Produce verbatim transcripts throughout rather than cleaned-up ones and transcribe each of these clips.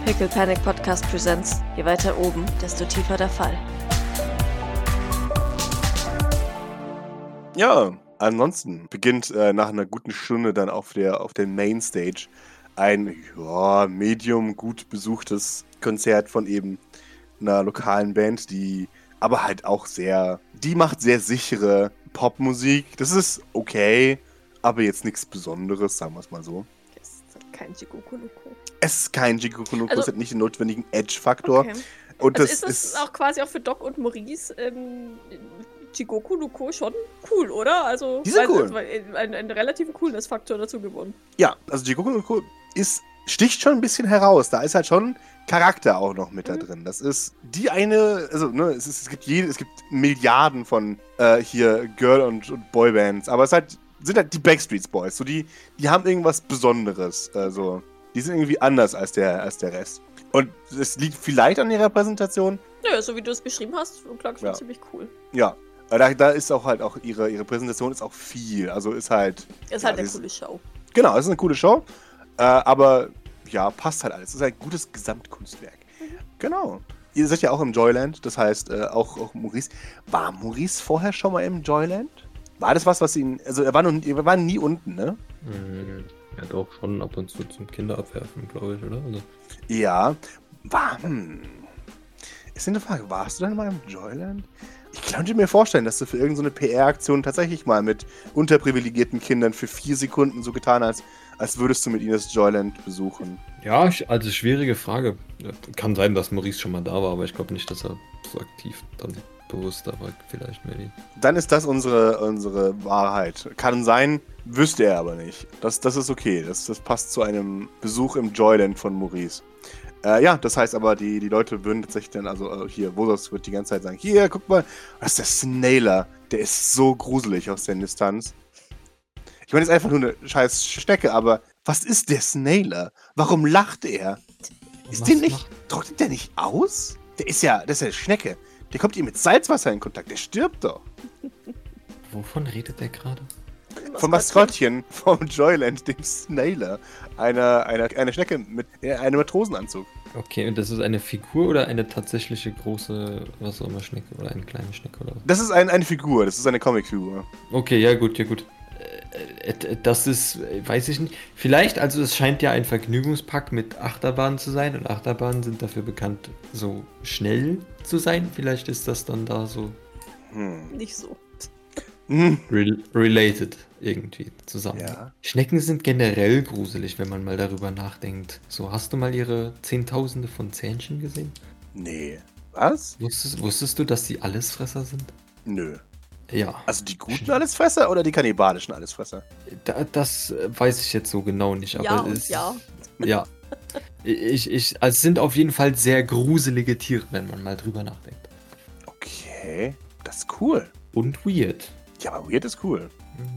Pickle Panic Podcast Presents. Je weiter oben, desto tiefer der Fall. Ja, ansonsten beginnt äh, nach einer guten Stunde dann auf der, auf der Mainstage ein ja, medium gut besuchtes Konzert von eben einer lokalen Band, die aber halt auch sehr, die macht sehr sichere Popmusik. Das ist okay, aber jetzt nichts Besonderes, sagen wir es mal so. Das ist kein Jigokuluko. Es ist kein Jigokuluko, Also- es hat nicht den notwendigen Edge-Faktor. Okay. Und Also das ist das ist auch quasi auch für Doc und Maurice ähm, Jigokuluko schon cool, oder? Also, Die sind weil- cool. weil- ein, ein relativen Coolness-Faktor dazu gewonnen. Ja, also Jigokuluko ist, sticht schon ein bisschen heraus. Da ist halt schon Charakter auch noch mit da Mhm. drin. Das ist die eine, also ne, es, ist, es gibt jede, es gibt Milliarden von äh, hier Girl- und, und Boybands, aber es halt, sind halt die Backstreet Boys. So die, die haben irgendwas Besonderes. Also, die sind irgendwie anders als der, als der Rest. Und es liegt vielleicht an ihrer Präsentation. Naja, so wie du es beschrieben hast, klang schon Ja. ziemlich cool. Ja. Aber Da, da ist auch halt auch ihre, ihre Präsentation ist auch viel. Also ist halt. Ist ja, halt eine sie coole Show. Genau, es ist eine coole Show. Äh, aber ja, passt halt alles. Es ist ein gutes Gesamtkunstwerk. Genau. Ihr seid ja auch im Joyland, das heißt, äh, auch, auch Maurice. War Maurice vorher schon mal im Joyland? War das was, was ihn. Also, er war, noch, wir waren nie unten, ne? Hm, ja, doch schon ab und zu zum Kinderabwerfen, glaube ich, oder? Also, Ja. War. Hm. Ist eine Frage, warst du denn mal im Joyland? Ich könnte mir vorstellen, dass du für irgendeine P R-Aktion tatsächlich mal mit unterprivilegierten Kindern für vier Sekunden so getan hast, als würdest du mit ihnen das Joyland besuchen. ja, ich- also schwierige Frage. Ja, kann sein, dass Maurice schon mal da war, aber ich glaube nicht, dass er so aktiv dann bewusst da war. Vielleicht, maybe. Dann ist das unsere, unsere Wahrheit. Kann sein, wüsste er aber nicht. Das, das ist okay. Das, das passt zu einem Besuch im Joyland von Maurice. Äh, ja, das heißt aber, die, die Leute würden tatsächlich dann, also äh, hier, Vosos wird die ganze Zeit sagen, hier, guck mal, das ist der Snailer. Der ist so gruselig aus der Distanz. Ich meine, das ist einfach nur eine scheiß Schnecke, aber was ist der Snailer? Warum lacht er? Ist Was der nicht, macht- trocknet der nicht aus? Der ist ja, das ist ja eine Schnecke. Der kommt hier mit Salzwasser in Kontakt, der stirbt doch. Wovon redet der gerade? Vom Maskottchen vom Joyland, dem Snailer. Eine, eine, eine Schnecke mit äh, einem Matrosenanzug. Okay, und das ist eine Figur oder eine tatsächliche große, was auch immer, Schnecke oder eine kleine Schnecke oder? Das ist ein, eine Figur, das ist eine Comicfigur. Okay, ja gut, ja gut. Äh, äh, Das ist, äh, weiß ich nicht. Vielleicht, also es scheint ja ein Vergnügungspark mit Achterbahnen zu sein und Achterbahnen sind dafür bekannt, so schnell zu sein. Vielleicht ist das dann da so Hm. Nicht so. Hm. rel related irgendwie zusammen. Ja. Schnecken sind generell gruselig, wenn man mal darüber nachdenkt. So, hast du mal ihre Zehntausende von Zähnchen gesehen? Nee. Was? Wusstest, wusstest du, dass sie Allesfresser sind? Nö. Ja. Also die guten Allesfresser oder die kannibalischen Allesfresser? Da, das äh, weiß ich jetzt so genau nicht, aber Ja und es, ja. ja. Ich, ich, also es sind auf jeden Fall sehr gruselige Tiere, wenn man mal drüber nachdenkt. Okay. Das ist cool. Und weird. Ja, aber weird ist cool.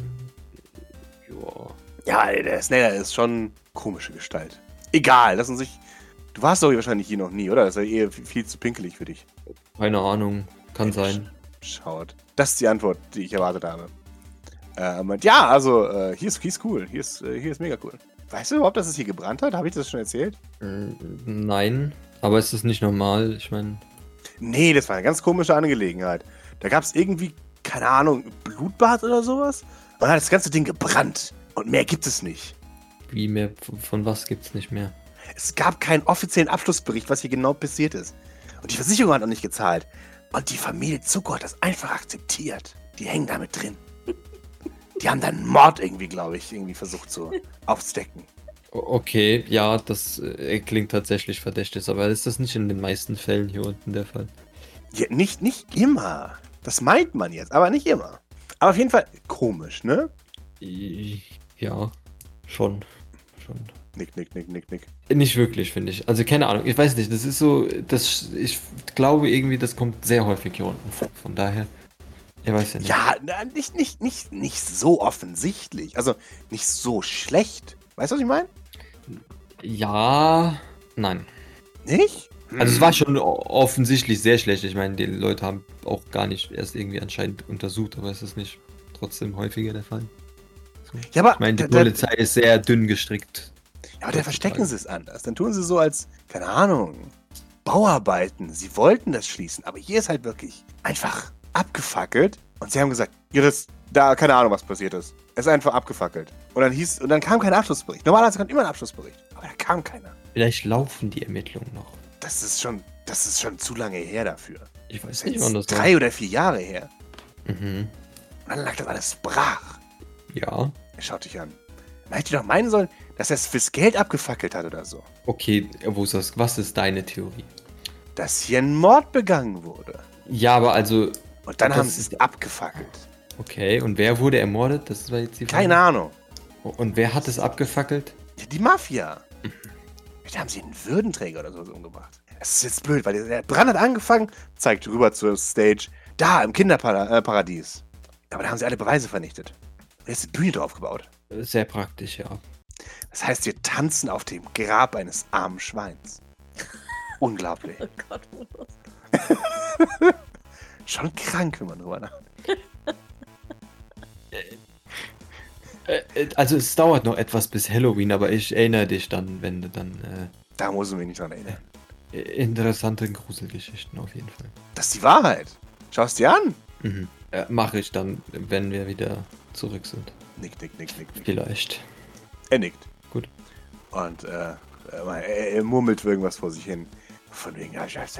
Ja. Ja, der Snailer ist schon komische Gestalt. Egal, lass uns sich. Du warst doch hier wahrscheinlich hier noch nie, oder? Das ist ja eh viel zu pinkelig für dich. Keine Ahnung. Kann sein. Schaut. Das ist die Antwort, die ich erwartet habe. Äh, meint, ja, also, äh, hier, ist, hier ist cool. Hier ist, äh, hier ist mega cool. Weißt du überhaupt, dass es hier gebrannt hat? Habe ich das schon erzählt? Äh, Nein. Aber ist das nicht normal? Ich meine. Nee, das war eine ganz komische Angelegenheit. Da gab es irgendwie, keine Ahnung, Blutbad oder sowas. Und dann hat das ganze Ding gebrannt. Und mehr gibt es nicht. Wie mehr, von was gibt's nicht mehr? Es gab keinen offiziellen Abschlussbericht, was hier genau passiert ist. Und die Versicherung hat noch nicht gezahlt. Und die Familie Zucker hat das einfach akzeptiert. Die hängen damit drin. Die haben dann Mord irgendwie, glaube ich, irgendwie versucht zu aufzudecken. O- Okay, ja, das äh, klingt tatsächlich verdächtig, aber ist das nicht in den meisten Fällen hier unten der Fall? Ja, nicht, nicht immer. Das meint man jetzt, aber nicht immer. Aber auf jeden Fall komisch, ne? I- Ja, schon. Schon. Nick, nick, nick, nick, nick. Nicht wirklich, finde ich. Also keine Ahnung, ich weiß nicht, das ist so, das, ich glaube irgendwie, das kommt sehr häufig hier unten vor. Von daher, ich weiß ja nicht. Ja, na, nicht, nicht, nicht, nicht so offensichtlich. Also nicht so schlecht. Weißt du, was ich meine? Ja, nein. Nicht? Also es war schon o- offensichtlich sehr schlecht. Ich meine, die Leute haben auch gar nicht erst irgendwie anscheinend untersucht, aber es ist nicht trotzdem häufiger der Fall. So. Ja, aber Ich meine, die da- da- Polizei ist sehr dünn gestrickt. Aber da verstecken sie es anders. Dann tun sie so als, keine Ahnung, Bauarbeiten. Sie wollten das schließen, aber hier ist halt wirklich einfach abgefackelt. Und sie haben gesagt, ja, das, da, keine Ahnung, was passiert ist. Es ist einfach abgefackelt. Und dann hieß, und dann kam kein Abschlussbericht. Normalerweise kommt immer ein Abschlussbericht. Aber da kam keiner. Vielleicht laufen die Ermittlungen noch. Das ist schon, das ist schon zu lange her dafür. Ich weiß Das nicht, ist wann jetzt das drei oder vier Jahre her. war. Mhm. Und dann lag das alles brach. Ja. Er schaut dich an. Man hätte doch meinen sollen, dass er es fürs Geld abgefackelt hat oder so. Okay, wo ist das? Was ist deine Theorie? Dass hier ein Mord begangen wurde. Ja, aber also. Und dann Das haben sie es ist- abgefackelt. Okay, und wer wurde ermordet? Das war jetzt die Frage. Keine Ahnung. Und wer hat es abgefackelt? Ja, die Mafia. Vielleicht haben sie einen Würdenträger oder so umgebracht. Das ist jetzt blöd, weil der- der Brand hat angefangen, zeigt rüber zur Stage. Da, im Kinderparadies. Aber da haben sie alle Beweise vernichtet. Und jetzt ist die Bühne drauf gebaut. Sehr praktisch, ja. Das heißt, wir tanzen auf dem Grab eines armen Schweins. Unglaublich. Oh Gott, Monos. Schon krank, wenn man drüber nachdenkt. Äh, äh, Also es dauert noch etwas bis Halloween, aber ich erinnere dich dann, wenn du dann Da muss ich mich nicht dran erinnern. äh, interessante Gruselgeschichten auf jeden Fall. Das ist die Wahrheit. Schau es dir an. Mhm. Äh, Mache ich dann, wenn wir wieder zurück sind. Nick, nick, nick, nick, nick. Vielleicht. Er nickt. Gut. Und äh, er, er murmelt irgendwas vor sich hin. Von wegen.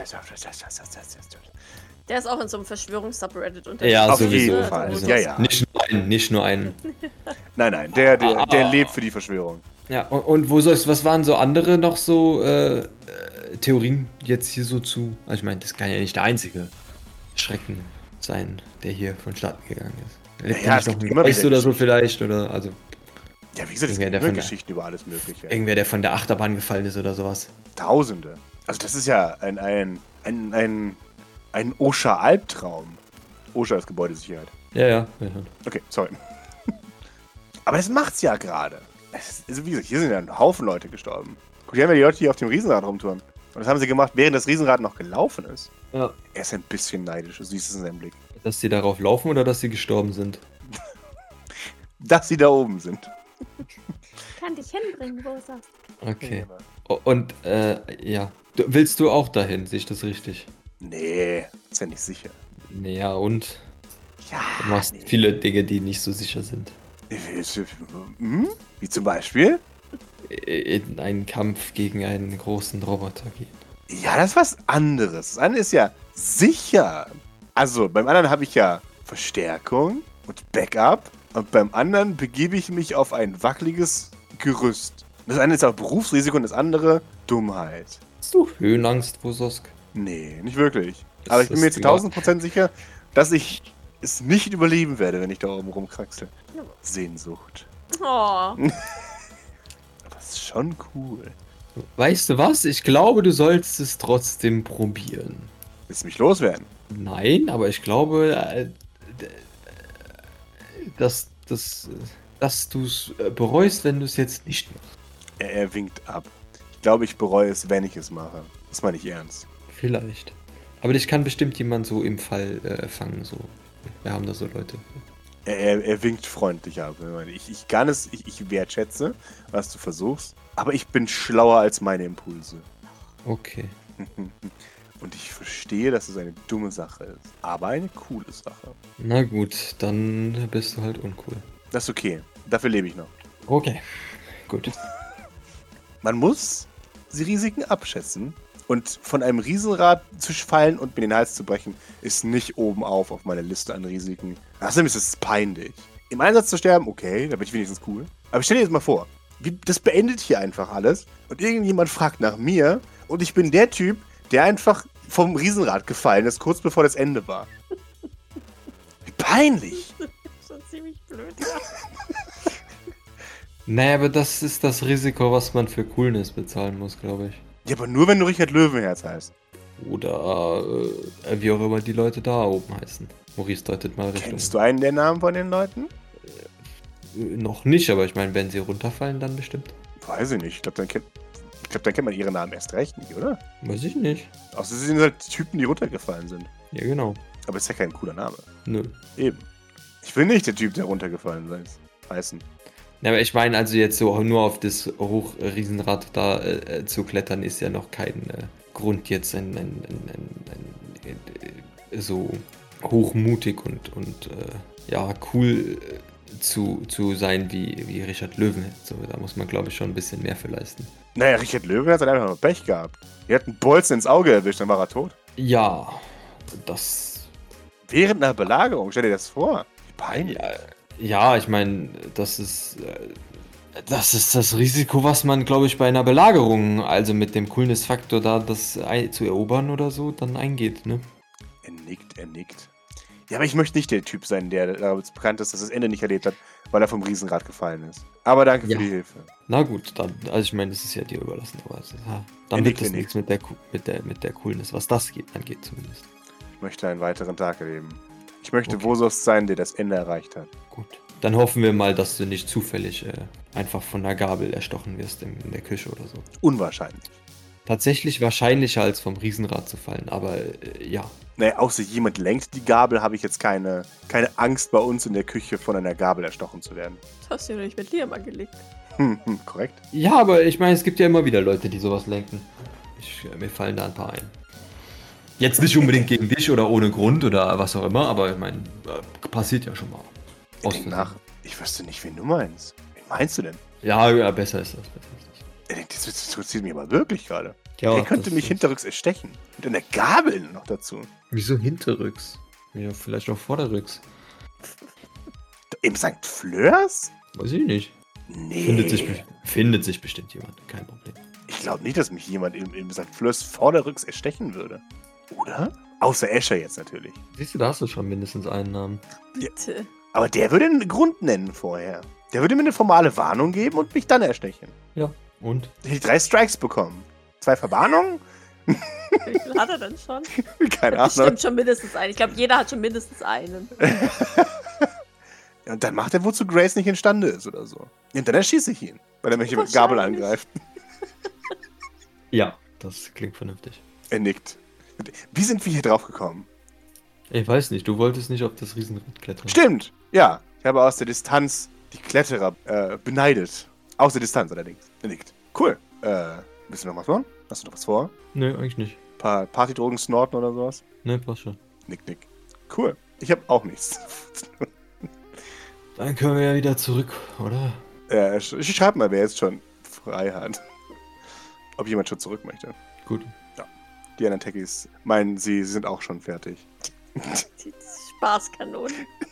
Der ist auch in so einem Verschwörungs-Subreddit unterwegs. Ja, Auf sowieso. jeden Fall. Also, Ja, ja. Nicht nur einen, nicht nur einen. Nein, nein, der, der, der Ah. lebt für die Verschwörung. Ja, und, und wo soll's, was waren so andere noch so äh, äh, Theorien jetzt hier so zu? Also ich meine, das kann ja nicht der einzige Schrecken sein, der hier vonstatten gegangen ist. Lebt Ja, ja, es nicht noch gibt ein immer Geist wieder oder so Geschichten. vielleicht, oder also Ja, wie gesagt, es Irgendwer, gibt der immer von der- Geschichten über alles Mögliche. irgendwer, der von der Achterbahn gefallen ist oder sowas. Tausende. Also das ist ja ein, ein, ein, ein, ein Osha-Albtraum. Osha ist Gebäudesicherheit. Ja, ja. ja. Okay, sorry. Aber das macht's ja gerade. Es ist- Also wie gesagt, hier sind ja ein Haufen Leute gestorben. Guck dir an, die Leute, die auf dem Riesenrad rumtouren. Und das haben sie gemacht, während das Riesenrad noch gelaufen ist. ja. Er ist ein bisschen neidisch, du siehst es in seinem Blick. Dass die darauf laufen oder dass sie gestorben sind? Dass sie da oben sind. Kann dich hinbringen, Rosa. Okay. O- Und, äh, ja. Du, willst du auch dahin? Sehe ich das richtig? Nee, ist ja nicht sicher. Naja, und? Ja, Du machst nee. viele Dinge, die nicht so sicher sind. Hm? Wie zum Beispiel? In einen Kampf gegen einen großen Roboter gehen. Ja, das ist was anderes. Das eine ist ja sicher. Also, beim anderen habe ich ja Verstärkung und Backup. Und beim anderen begebe ich mich auf ein wackeliges Gerüst. Das eine ist auch Berufsrisiko und das andere Dummheit. Hast du Höhenangst, Wososk? Nee, nicht wirklich. Das Aber ich bin mir ist jetzt über- tausend Prozent sicher, dass ich es nicht überleben werde, wenn ich da oben rumkraxel. Sehnsucht. Oh. Aber es ist schon cool. Weißt du was? Ich glaube, du sollst es trotzdem probieren. Willst du mich loswerden? Nein, aber ich glaube, äh, äh, dass, dass, dass du es bereust, wenn du es jetzt nicht machst. Er, er winkt ab. Ich glaube, ich bereue es, wenn ich es mache. Das meine ich ernst. Vielleicht. Aber dich kann bestimmt jemand so im Fall äh, fangen. So. Wir haben da so Leute. Er, er, er winkt freundlich ab. Ich, ich kann es, ich, ich wertschätze, was du versuchst. Aber ich bin schlauer als meine Impulse. Okay. Und ich verstehe, dass es eine dumme Sache ist. Aber eine coole Sache. Na gut, dann bist du halt uncool. Das ist okay. Dafür lebe ich noch. Okay. Gut. Man muss die Risiken abschätzen. Und von einem Riesenrad zu fallen und mir den Hals zu brechen, ist nicht oben auf auf meiner Liste an Risiken. Außerdem ist es peinlich. Im Einsatz zu sterben, okay, da bin ich wenigstens cool. Aber stell dir jetzt mal vor, wie- das beendet hier einfach alles und irgendjemand fragt nach mir und ich bin der Typ, der einfach vom Riesenrad gefallen ist, kurz bevor das Ende war. Wie peinlich. Schon ziemlich blöd, ja. Naja, aber das ist das Risiko, was man für Coolness bezahlen muss, glaube ich. Ja, aber nur wenn du Richard Löwenherz heißt. Oder äh, wie auch immer die Leute da oben heißen. Maurice deutet mal Richtung. Kennst du einen der Namen von den Leuten? Äh, Noch nicht, aber ich meine, wenn sie runterfallen, dann bestimmt. Weiß ich nicht. Ich glaube, dann kennt, ich glaub, dann kennt man ihren Namen erst recht nicht, oder? Weiß ich nicht. Außer sie sind halt Typen, die runtergefallen sind. Ja, genau. Aber ist ja kein cooler Name. Nö. Eben. Ich will nicht der Typ, der runtergefallen ist, heißen. Ja, aber ich meine, also jetzt so nur auf das Hochriesenrad da äh, zu klettern, ist ja noch kein äh, Grund, jetzt ein, ein, ein, ein, ein, äh, so hochmutig und, und äh, ja, cool äh, zu, zu sein wie, wie Richard Löwen. So, da muss man, glaube ich, schon ein bisschen mehr für leisten. Naja, Richard Löwen hat halt einfach nur Pech gehabt. Er hat einen Bolzen ins Auge erwischt, dann war er tot. Ja, das... Während einer Belagerung, stell dir das vor. Wie peinlich. Ja, ja, ich meine, das ist... Äh, Das ist das Risiko, was man, glaube ich, bei einer Belagerung, also mit dem Coolness-Faktor da, das ei- zu erobern oder so, dann eingeht, ne? Er nickt, er nickt. Ja, aber ich möchte nicht der Typ sein, der daraus bekannt ist, dass er das Ende nicht erlebt hat, weil er vom Riesenrad gefallen ist. Aber danke Ja. für die Hilfe. Na gut, dann, also ich meine, das ist ja dir überlassen, aber es ist, ja, Er dann nickt, wird das er nichts mit der, Cu- mit, der, mit der Coolness, was das geht, angeht zumindest. Ich möchte einen weiteren Tag erleben. Ich möchte Okay. Vosos sein, der das Ende erreicht hat. Gut. Dann hoffen wir mal, dass du nicht zufällig äh, einfach von einer Gabel erstochen wirst in, in der Küche oder so. Unwahrscheinlich. Tatsächlich wahrscheinlicher als vom Riesenrad zu fallen, aber äh, ja. Naja, außer jemand lenkt die Gabel, habe ich jetzt keine, keine Angst, bei uns in der Küche von einer Gabel erstochen zu werden. Das hast du ja nicht mit Liam angelegt. Hm, hm, korrekt. Ja, aber ich meine, es gibt ja immer wieder Leute, die sowas lenken. Ich, äh, mir fallen da ein paar ein. Jetzt nicht unbedingt gegen dich oder ohne Grund oder was auch immer, aber ich meine, äh, passiert ja schon mal. Ich denk nach. Ich wüsste nicht, wen du meinst. Wen meinst du denn? Ja, ja, besser ist das. Besser ist das. Er denkt, das interessiert mich aber wirklich gerade. Ja, er könnte das mich ist- hinterrücks erstechen. Mit einer Gabel noch dazu. Wieso hinterrücks? Ja, vielleicht auch vorderrücks. Im Sankt Fleurs? Weiß ich nicht. Nee. Findet sich, be- findet sich bestimmt jemand, kein Problem. Ich glaube nicht, dass mich jemand im, im Sankt Fleurs vorderrücks erstechen würde. Oder? Außer Escher jetzt natürlich. Siehst du, da hast du schon mindestens einen Namen. Bitte. Aber der würde einen Grund nennen vorher. Der würde mir eine formale Warnung geben und mich dann erstechen. Ja, und? Hätte ich drei Strikes bekommen. Zwei Verwarnungen? Wie viel hat er denn schon? Keine Ahnung. Bestimmt schon mindestens einen. Ich glaube, jeder hat schon mindestens einen. Ja, und dann macht er, wozu Grace nicht imstande ist oder so. Und dann erschieße ich ihn, weil er mich mit Gabel Wahrscheinlich. angreift. Ja, das klingt vernünftig. Er nickt. Wie sind wir hier drauf gekommen? Ich weiß nicht, du wolltest nicht auf das Riesenrad klettern. Stimmt, ja. Ich habe aus der Distanz die Kletterer äh, beneidet. Aus der Distanz allerdings. Er nickt. Cool. Äh, willst du noch was machen? Hast du noch was vor? Nee, eigentlich nicht. Ein paar Partydrogen snorten oder sowas? Nee, passt schon. Nick, nick. Cool. Ich habe auch nichts. Dann können wir ja wieder zurück, oder? Ja, ich ich schreibe mal, wer jetzt schon frei hat. Ob jemand schon zurück möchte. Gut. Die anderen Techies meinen, sie sind auch schon fertig. Die Spaßkanonen.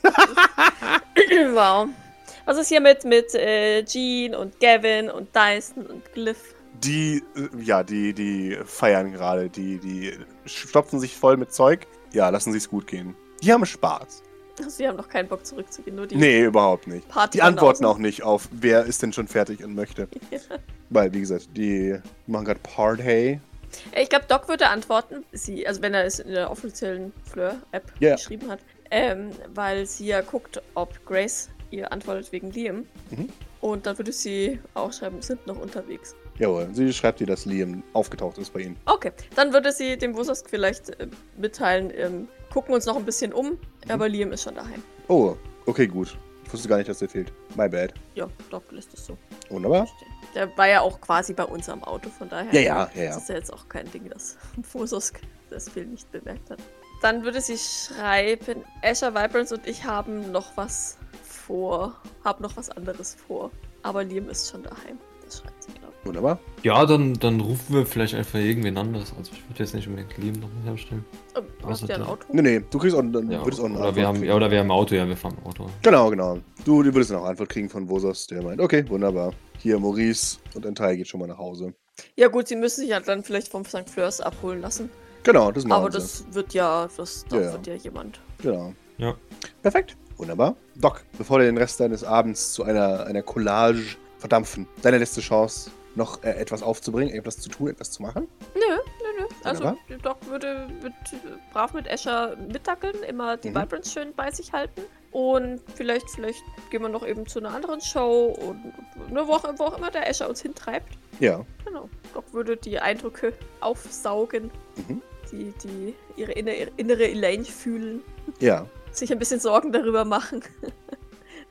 Wow. Was ist hier mit, mit äh, Jean und Gavin und Dyson und Glyph? Die, äh, ja, die, die feiern gerade. Die, die stopfen sich voll mit Zeug. Ja, lassen sich's gut gehen. Die haben Spaß. Also, die haben noch keinen Bock zurückzugehen, nur die Nee, überhaupt nicht. Party Die von antworten außen. auch nicht auf, wer ist denn schon fertig und möchte. Ja. Weil, wie gesagt, die machen gerade Party. Ich glaube, Doc würde antworten, sie, also wenn er es in der offiziellen Fleur-App Ja. geschrieben hat, ähm, weil sie ja guckt, ob Grace ihr antwortet wegen Liam. Mhm. Und dann würde sie auch schreiben, sind noch unterwegs. Jawohl, sie schreibt dir, dass Liam aufgetaucht ist bei ihnen. Okay, dann würde sie dem Wusask vielleicht äh, mitteilen, ähm, gucken uns noch ein bisschen um, aber Liam ist schon daheim. Oh, okay, gut. Ich wusste gar nicht, dass der fehlt. My bad. Ja, Doc lässt es so Wunderbar. stehen. Der war ja auch quasi bei uns am Auto, von daher. Ja, ja, ja, ja. Das ist ja jetzt auch kein Ding, dass Wusask das Fehl nicht bemerkt hat. Dann würde sie schreiben, Asher, Vibrance und ich haben noch was vor, haben noch was anderes vor. Aber Liam ist schon daheim. Das schreibt sie, glaube ich. Wunderbar. Ja, dann, dann rufen wir vielleicht einfach irgendwen anders. Also ich würde jetzt nicht unbedingt Liam noch mit herstellen. Ähm, hast du ja ein Außer- Auto? Nee, nee, du kriegst auch, dann Ja, würdest auch eine oder, Antwort wir haben, kriegen. ja, oder wir haben ein Auto, ja, wir fahren ein Auto. Genau, genau. Du, du würdest dann auch eine Antwort kriegen von Vosos, der meint, okay, wunderbar. Hier, Maurice und ein Teil geht schon mal nach Hause. Ja gut, sie müssen sich ja dann vielleicht vom Sankt Fleurs abholen lassen. Genau, das machen Aber sie. das wird ja, das, da Ja, ja. wird ja jemand. Genau. Ja. Perfekt. Wunderbar. Doc, bevor wir den Rest deines Abends zu einer, einer Collage verdampfen, deine letzte Chance, noch äh, etwas aufzubringen, etwas zu tun, etwas zu machen. Nö, nö, nö. Also Wunderbar. Doc würde mit, äh, brav mit Escher mittackeln, immer die Mhm. Vibrance schön bei sich halten. Und vielleicht, vielleicht gehen wir noch eben zu einer anderen Show und ne, wo, auch, wo auch immer der Escher uns hintreibt. Ja. Genau. Doc würde die Eindrücke aufsaugen, Mhm. die, die ihre innere, innere Elaine fühlen, Ja. sich ein bisschen Sorgen darüber machen,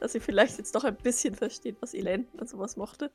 dass sie vielleicht jetzt doch ein bisschen versteht, was Elaine an sowas mochte.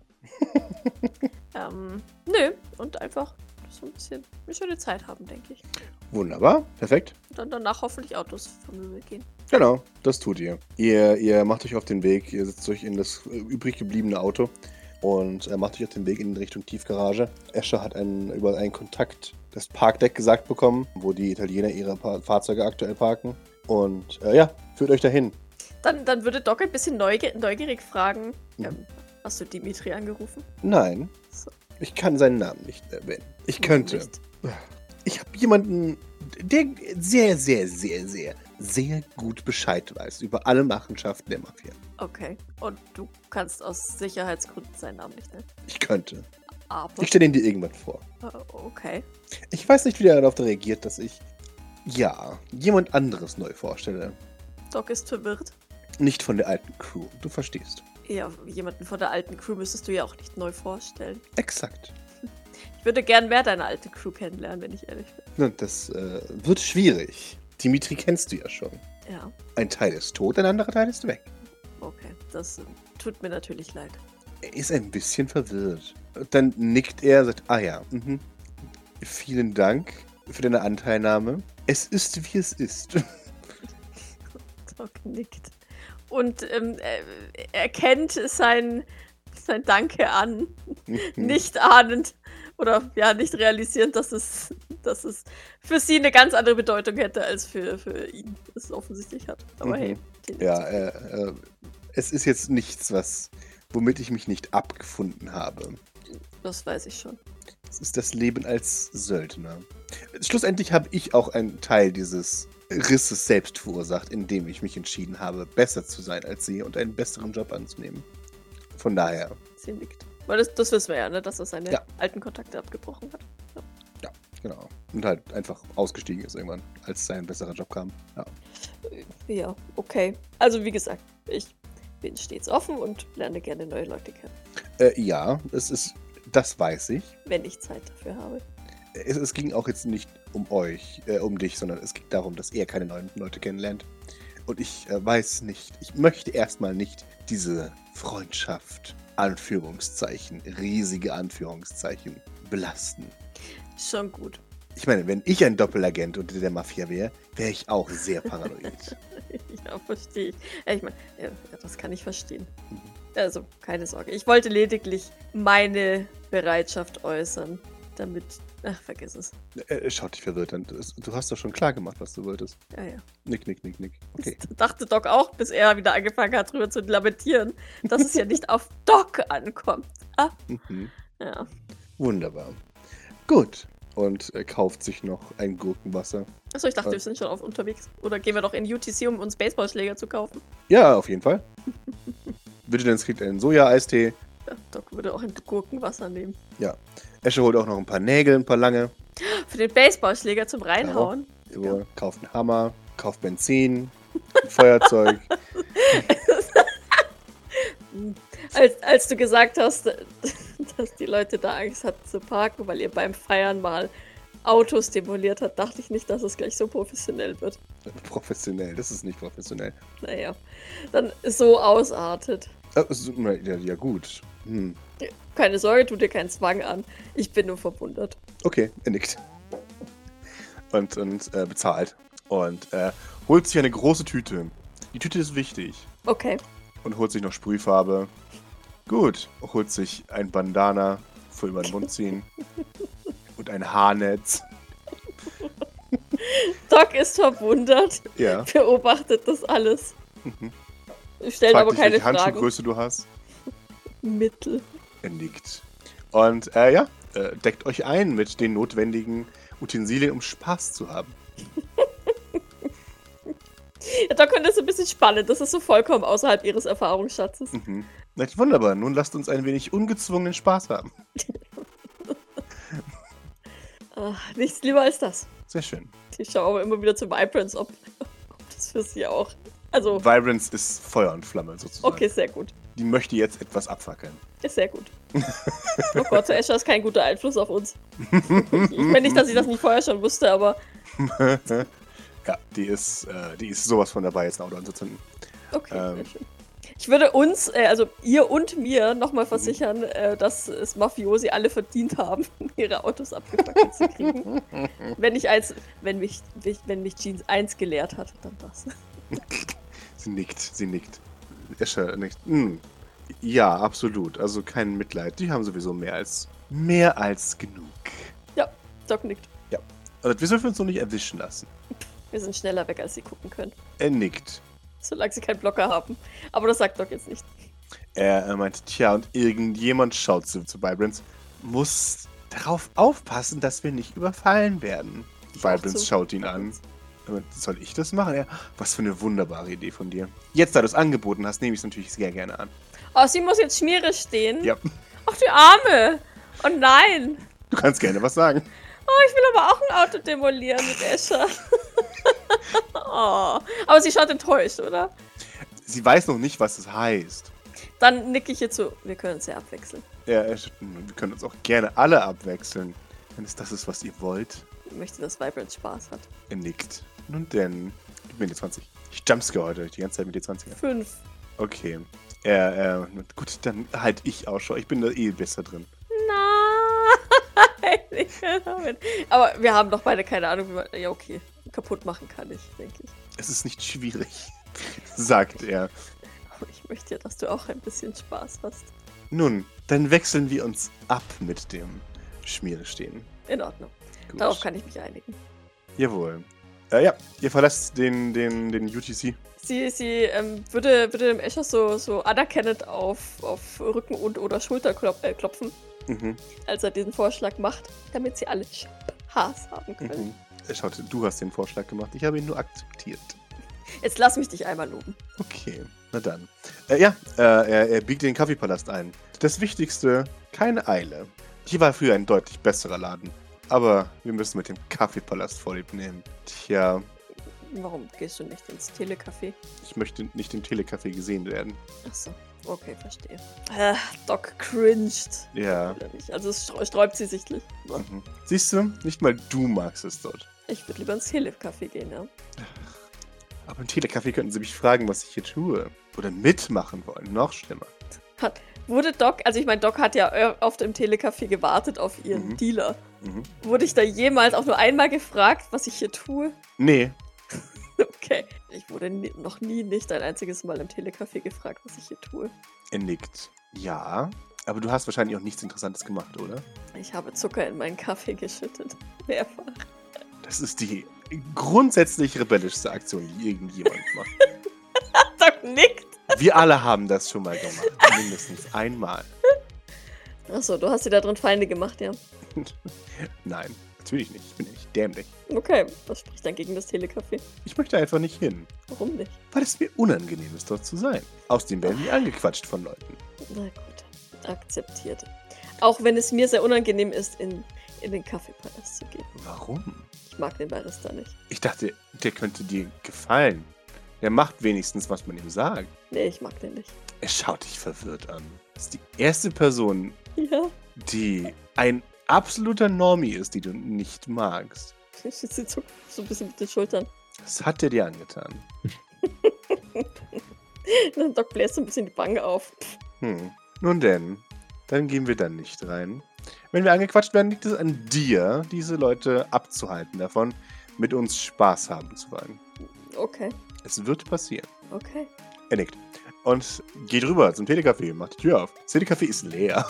ähm, nö, und einfach so ein bisschen eine schöne Zeit haben, denke ich. Wunderbar, perfekt. Und dann danach hoffentlich Autos vermöbelt gehen. Genau, das tut ihr. Ihr, ihr macht euch auf den Weg, ihr setzt euch in das äh, übrig gebliebene Auto und äh, macht euch auf den Weg in Richtung Tiefgarage. Escher hat einen, über einen Kontakt das Parkdeck gesagt bekommen, wo die Italiener ihre pa- Fahrzeuge aktuell parken. Und äh, ja, führt euch dahin. Dann, dann würde Doc ein bisschen neugier neugierig fragen, Mhm. ähm, hast du Dimitri angerufen? Nein, So, ich kann seinen Namen nicht erwähnen. Ich warum könnte. nicht? Ich habe jemanden, der sehr, sehr, sehr, sehr, sehr gut Bescheid weiß über alle Machenschaften der Mafia. Okay. Und du kannst aus Sicherheitsgründen seinen Namen nicht nennen. Ich könnte. Aber. Ich stelle dir irgendwas vor. Äh, okay. Ich weiß nicht, wie er darauf reagiert, dass ich, ja, jemand anderes neu vorstelle. Doc ist verwirrt. Nicht von der alten Crew, du verstehst. Ja, jemanden von der alten Crew müsstest du ja auch nicht neu vorstellen. Exakt. Ich würde gern mehr deine alte Crew kennenlernen, wenn ich ehrlich bin. Na, das äh, wird schwierig. Dimitri kennst du ja schon. Ja, Ein Teil ist tot, ein anderer Teil ist weg. okay. Das äh, tut mir natürlich leid. Er ist ein bisschen verwirrt. Dann nickt er und sagt, ah ja, mhm. Vielen Dank für deine Anteilnahme. Es ist, wie es ist. Doc nickt. Und ähm, er, er kennt sein, sein Danke an, nicht ahnend oder ja, nicht realisierend, dass es, dass es für sie eine ganz andere Bedeutung hätte, als für, für ihn es offensichtlich hat. Aber Mhm. hey, den Ja, äh, äh, es ist jetzt nichts, was, womit ich mich nicht abgefunden habe. das weiß ich schon. Es ist das Leben als Söldner. Schlussendlich habe ich auch einen Teil dieses Risses selbst verursacht, indem ich mich entschieden habe, besser zu sein als sie und einen besseren Job anzunehmen. Von daher, Sie nickt. Weil das, das wissen wir ja, ne, dass er seine Ja. alten Kontakte abgebrochen hat. ja, genau. Und halt einfach ausgestiegen ist irgendwann, als sein besserer Job kam. Ja. Ja, okay. Also wie gesagt, ich bin stets offen und lerne gerne neue Leute kennen, Äh, ja, es ist, das weiß ich. wenn ich Zeit dafür habe. Es, es ging auch jetzt nicht um euch, äh, um dich, sondern es ging darum, dass er keine neuen Leute kennenlernt. Und ich äh, weiß nicht, ich möchte erstmal nicht diese Freundschaft, Anführungszeichen, riesige Anführungszeichen, belasten. Schon gut. Ich meine, wenn ich ein Doppelagent unter der Mafia wäre, wäre ich auch sehr paranoid. Ja, verstehe ich. Ja, ich meine, ja, das kann ich verstehen. Mhm. Also, keine Sorge. Ich wollte lediglich meine Bereitschaft äußern, damit... Ach, vergiss es. äh, schaut dich verwirrt an. Das- Du hast doch schon klar gemacht, was du wolltest. Ja, ja. Nick, nick, nick, nick. Okay. Das dachte Doc auch, bis er wieder angefangen hat, drüber zu lamentieren, dass es ja nicht auf Doc ankommt. Ah, Mhm. ja. Wunderbar. Gut. Und er kauft sich noch ein Gurkenwasser. Achso, ich dachte, Oh. wir sind schon auf unterwegs. Oder gehen wir doch in U T C, um uns Baseballschläger zu kaufen? Ja, auf jeden Fall. Vigilance kriegt einen Soja-Eistee. Ja, Doc würde auch ein Gurkenwasser nehmen. Escher holt auch noch ein paar Nägel, ein paar lange. Für den Baseballschläger zum Reinhauen. Jawohl. Kauft einen Hammer, kauft Benzin, ein Feuerzeug. Als, als du gesagt hast, dass die Leute da Angst hatten zu parken, weil ihr beim Feiern mal Autos demoliert habt, dachte ich nicht, dass es gleich so professionell wird. Professionell, das ist nicht professionell. Naja, dann so ausartet. Äh, so, na, ja, ja, gut. Hm. Keine Sorge, tu dir keinen Zwang an. Ich bin nur verwundert. Okay, er nickt. Und, und äh, bezahlt. Und äh, holt sich eine große Tüte. Die Tüte ist wichtig. Okay. Und holt sich noch Sprühfarbe. Gut. Holt sich ein Bandana für über den Mund ziehen. Und ein Haarnetz. Doc ist verwundert, Ja. beobachtet das alles. Mhm. Stellt Fragt aber dich, keine welche Fragen. Handschuhgröße du hast. Mittel. Er nickt. Und äh, ja, äh, deckt euch ein mit den notwendigen Utensilien, um Spaß zu haben. Ja, Doc fand das ein bisschen spannend. Das ist so vollkommen außerhalb ihres Erfahrungsschatzes. Mhm. Na, wunderbar. Nun lasst uns ein wenig ungezwungenen Spaß haben. Ach, nichts lieber als das. Sehr schön. Ich schaue aber immer wieder zu Vibrance, ob, ob das für sie auch. Also, Vibrance ist Feuer und Flamme sozusagen. okay, sehr gut. Die möchte jetzt etwas abfackeln. Ist sehr gut. Oh Gott, so Escher ist kein guter Einfluss auf uns. Ich meine nicht, dass ich das nicht vorher schon wusste, aber Ja, die ist, äh, die ist sowas von dabei, jetzt ein Auto anzuzünden. okay, Ähm. sehr schön. Ich würde uns, äh, also ihr und mir, nochmal versichern, äh, dass es Mafiosi alle verdient haben, ihre Autos abgefackelt zu kriegen. Wenn ich eins, wenn mich, wenn mich Jeans eins gelehrt hat, dann das. Sie nickt, sie nickt. Escher nickt. Hm. Ja, absolut. Also kein Mitleid. Die haben sowieso mehr als, mehr als genug. Ja, Doc nickt. Ja. Und wir dürfen uns noch nicht erwischen lassen. Wir sind schneller weg, als sie gucken können. Er nickt. Solange sie keinen Blocker haben. Aber das sagt Doc jetzt nicht. Er, er meinte, tja, und irgendjemand schaut zu, zu Vibrance, muss darauf aufpassen, dass wir nicht überfallen werden. Vibrance schaut ihn an. Er meint, soll ich das machen? Ja, was für eine wunderbare Idee von dir. Jetzt, da du es angeboten hast, nehme ich es natürlich sehr gerne an. Oh, sie muss jetzt Schmiere stehen? Ja. Ach, die Arme! Oh nein! Du kannst gerne was sagen. Oh, ich will aber auch ein Auto demolieren mit Escher. Oh. Aber sie schaut enttäuscht, oder? Sie weiß noch nicht, was das heißt. Dann nicke ich ihr zu. Wir können uns ja abwechseln. Ja, wir können uns auch gerne alle abwechseln. Wenn es das ist, was ihr wollt. Ich möchte, dass Vibrance Spaß hat. Er nickt. Nun denn, gib mir die zwanzig. Ich jumpscare heute die ganze Zeit mit den zwanziger. Fünf. Okay. Er, er, gut, dann halt ich Ausschau. Ich bin da eh besser drin. Nein, ich kann damit. Aber wir haben doch beide keine Ahnung, wie man. Ja, okay. Kaputt machen kann ich, denke ich. Es ist nicht schwierig, sagt er. Aber ich möchte ja, dass du auch ein bisschen Spaß hast. Nun, dann wechseln wir uns ab mit dem Schmierestehen. In Ordnung. Gut. Darauf kann ich mich einigen. Jawohl. Äh, ja, ihr verlasst den, den, den U T C. Sie, sie ähm, würde, würde dem Escher so, so anerkennend auf, auf Rücken und oder Schulter klop äh, klopfen, Mhm. als er diesen Vorschlag macht, damit sie alle Spaß haben können. Mhm. Er schaut, du hast den Vorschlag gemacht. Ich habe ihn nur akzeptiert. Jetzt lass mich dich einmal loben. Okay, na dann. Äh, ja, äh, er, er biegt den Kaffeepalast ein. Das Wichtigste, keine Eile. Hier war früher ein deutlich besserer Laden. Aber wir müssen mit dem Kaffeepalast vorlieb nehmen. Tja, Warum gehst du nicht ins Telecafé? ich möchte nicht im Telecafé gesehen werden. Achso, okay, verstehe. Äh, Doc cringed. Ja. Wieder nicht. Also es stre- sträubt sie sichtlich. Mhm. Siehst du, nicht mal du magst es dort. Ich würde lieber ins Telecafé gehen, ja. Aber im Telecafé könnten sie mich fragen, was ich hier tue. Oder mitmachen wollen. Noch schlimmer. Hat, wurde Doc, also ich meine, Doc hat ja äh, oft im Telecafé gewartet auf ihren Mhm. Dealer. Mhm. Wurde ich da jemals auch nur einmal gefragt, was ich hier tue? Nee. Okay. Ich wurde nie, noch nie nicht ein einziges Mal im Telecafé gefragt, was ich hier tue. Er nickt. Ja. Aber du hast wahrscheinlich auch nichts Interessantes gemacht, oder? Ich habe Zucker in meinen Kaffee geschüttet. Mehrfach. Das ist die grundsätzlich rebellischste Aktion, die irgendjemand macht. Doc nickt. Wir alle haben das schon mal gemacht. Mindestens einmal. Achso, du hast dir da drin Feinde gemacht, ja. Nein, natürlich nicht. Ich bin ja nicht dämlich. Okay, was spricht dann gegen das Telecafé? Ich möchte einfach nicht hin. Warum nicht? Weil es mir unangenehm ist, dort zu sein. Außerdem werden wir angequatscht von Leuten. Na gut, akzeptiert. Auch wenn es mir sehr unangenehm ist, in, in den Kaffeepalast zu gehen. Warum? Ich mag den Barista nicht. Ich dachte, der könnte dir gefallen. Der macht wenigstens, was man ihm sagt. Nee, ich mag den nicht. Er schaut dich verwirrt an. Das ist die erste Person, Ja. die ein absoluter Normie ist, die du nicht magst. Sie zuckt so ein bisschen mit den Schultern. Was hat er dir angetan? Dann Doc bläst so ein bisschen die Wange auf. Hm. Nun denn, dann gehen wir dann nicht rein. Wenn wir angequatscht werden, liegt es an dir, diese Leute abzuhalten davon, mit uns Spaß haben zu wollen. Okay, Es wird passieren. okay. Er nickt. Und geht rüber zum Telecafé, macht die Tür auf. Das Telecafé ist leer.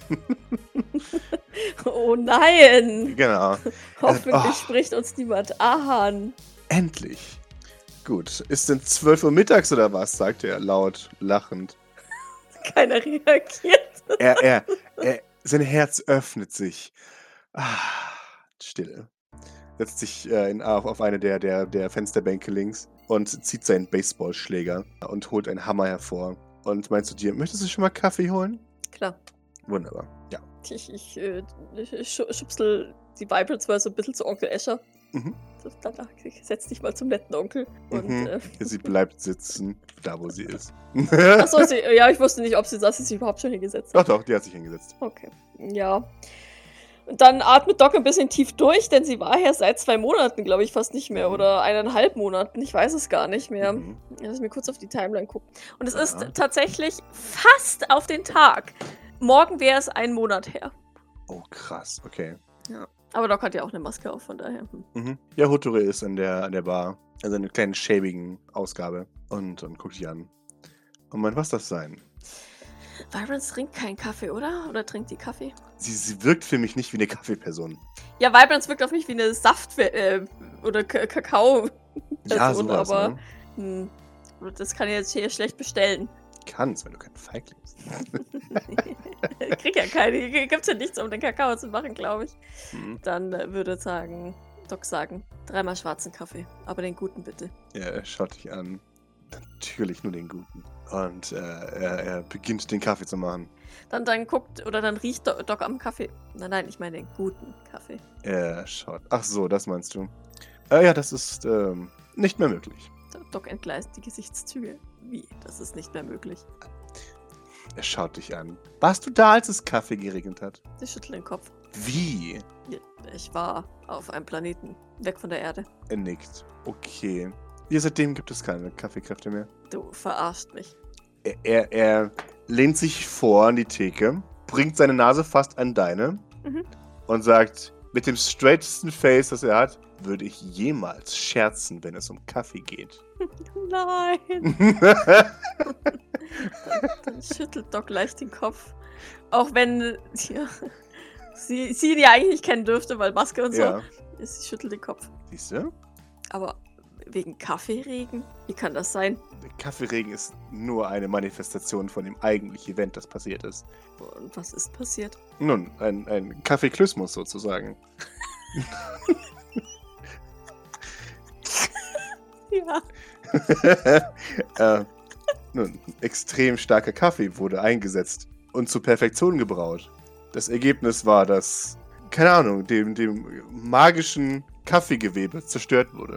Oh nein! Genau. Hoffentlich Oh. spricht uns niemand an. Endlich. Gut. Ist denn zwölf Uhr mittags oder was? Sagt er laut, lachend. Keiner reagiert. Er, er, er, sein Herz öffnet sich. Ah, Stille. Setzt sich äh, in, auf, auf eine der, der, der Fensterbänke links und zieht seinen Baseballschläger und holt einen Hammer hervor. Und meint zu dir, möchtest du schon mal Kaffee holen? Klar. Wunderbar. Ja. Ich, ich, äh, ich schu- schubsel die Vibrance mal so ein bisschen zu Onkel Escher. Mhm. So, Danach, setz dich mal zum netten Onkel. Und, Mhm. äh, Sie bleibt sitzen, da wo sie ist. achso, sie, ja, ich wusste nicht, ob sie, dass sie sich überhaupt schon hingesetzt hat. Doch, doch, die hat sich hingesetzt. Okay. Ja. Und dann atmet Doc ein bisschen tief durch, denn sie war ja seit zwei Monaten, glaube ich, fast nicht mehr. Mhm. Oder eineinhalb Monaten, ich weiß es gar nicht mehr. Mhm. Lass mir kurz auf die Timeline gucken. Und es Ja. ist tatsächlich fast auf den Tag. Morgen wäre es ein Monat her. Oh, krass, okay. Aber Doc hat ja auch eine Maske auf, von daher. Hm. Mhm. Ja, Hotore ist an der, an der Bar. Also eine kleine schäbigen Ausgabe. Und, und guckt dich an. Und meint, was das sein? Vibrance trinkt keinen Kaffee, oder? Oder trinkt die Kaffee? Sie, sie wirkt für mich nicht wie eine Kaffeeperson. Ja, Vibrance wirkt auf mich wie eine Saft- äh, oder K Kakao. Ja, Person, sowas, aber ne? hm, das kann ich jetzt hier schlecht bestellen. Kannst, wenn du kein Feigling bist. Ich krieg ja keine, gibt's ja nichts, um den Kakao zu machen, glaube ich. Mhm. Dann äh, würde sagen, Doc sagen, dreimal schwarzen Kaffee, aber den guten bitte. Ja, er schaut dich an. Natürlich nur den Guten. Und äh, er, er beginnt den Kaffee zu machen. Dann, dann guckt oder dann riecht Do- Doc am Kaffee. Nein, nein, ich meine den guten Kaffee. Er schaut. Ach so, das meinst du. Äh, ja, das ist ähm, nicht mehr möglich. Doc entgleist die Gesichtszüge. Wie? Das ist nicht mehr möglich. Er schaut dich an. Warst du da, als es Kaffee geregnet hat? Sie schüttelt den Kopf. Wie? Ja, ich war auf einem Planeten, weg von der Erde. Er nickt. Okay. Ja, seitdem gibt es keine Kaffeekräfte mehr. Du verarscht mich. Er, er, er lehnt sich vor an die Theke, bringt seine Nase fast an deine Mhm. und sagt, mit dem straightesten Face, das er hat, würde ich jemals scherzen, wenn es um Kaffee geht. Nein. Dann schüttelt Doc leicht den Kopf. Auch wenn ja, sie, sie ihn ja eigentlich nicht kennen dürfte, weil Maske und so. Ja. Sie schüttelt den Kopf. Siehst du? Aber wegen Kaffeeregen? Wie kann das sein? Der Kaffeeregen ist nur eine Manifestation von dem eigentlichen Event, das passiert ist. Und was ist passiert? Nun, ein, ein Kaffeeklysmus sozusagen. Ja. äh, nun, extrem starker Kaffee wurde eingesetzt und zur Perfektion gebraut. Das Ergebnis war, dass, keine Ahnung, dem, dem magischen Kaffeegewebe zerstört wurde.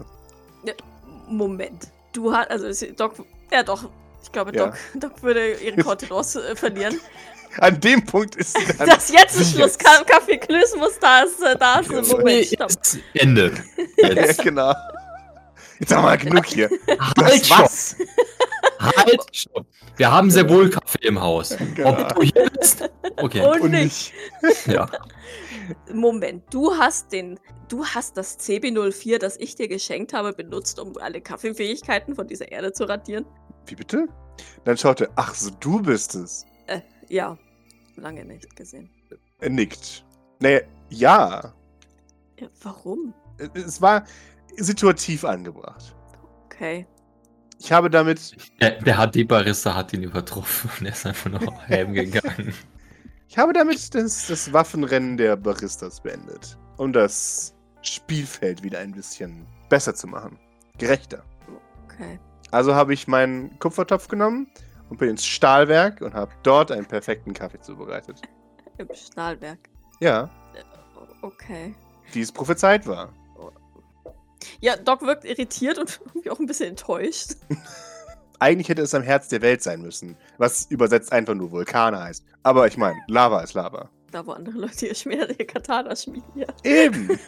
Moment. Du hast, also ist- Doc, ja doch. Ich glaube, Ja. Doc, Doc würde ihre Kontenance äh, verlieren. An dem Punkt ist sie dann Das jetzt ist sie Schluss. jetzt- Ka- Kaffeeklysmus, da ist, äh, da ist, äh, Genau. Moment, stopp. Jetzt Ende. Ja, Jetzt. genau. Jetzt haben wir genug hier. Halt, stopp. was? Halt, stopp. Wir haben sehr wohl Kaffee im Haus. Genau. Ob du hier bist? Okay. Und, Und nicht. nicht. Ja. Moment, du hast den, du hast das C B null vier, das ich dir geschenkt habe, benutzt, um alle Kaffeefähigkeiten von dieser Erde zu radieren? Wie bitte? Dann schaut er, ach so, du bist es. Äh, ja. Lange nicht gesehen. Er nickt. Naja, ja. Ja, warum? Es war situativ angebracht. Okay. Ich habe damit, Der, der H D-Barista hat ihn übertroffen und er ist einfach noch heimgegangen. ich habe damit das, das Waffenrennen der Baristas beendet. Um das Spielfeld wieder ein bisschen besser zu machen. Gerechter. Okay. Also habe ich meinen Kupfertopf genommen und bin ins Stahlwerk und habe dort einen perfekten Kaffee zubereitet. Im Stahlwerk. Ja, Okay. wie es prophezeit war. Ja, Doc wirkt irritiert und irgendwie auch ein bisschen enttäuscht. Eigentlich hätte es am Herz der Welt sein müssen, was übersetzt einfach nur Vulkan heißt. Aber ich meine, Lava ist Lava. Da, wo andere Leute ihr Schmier, ihr Katana schmieden, ja. Eben.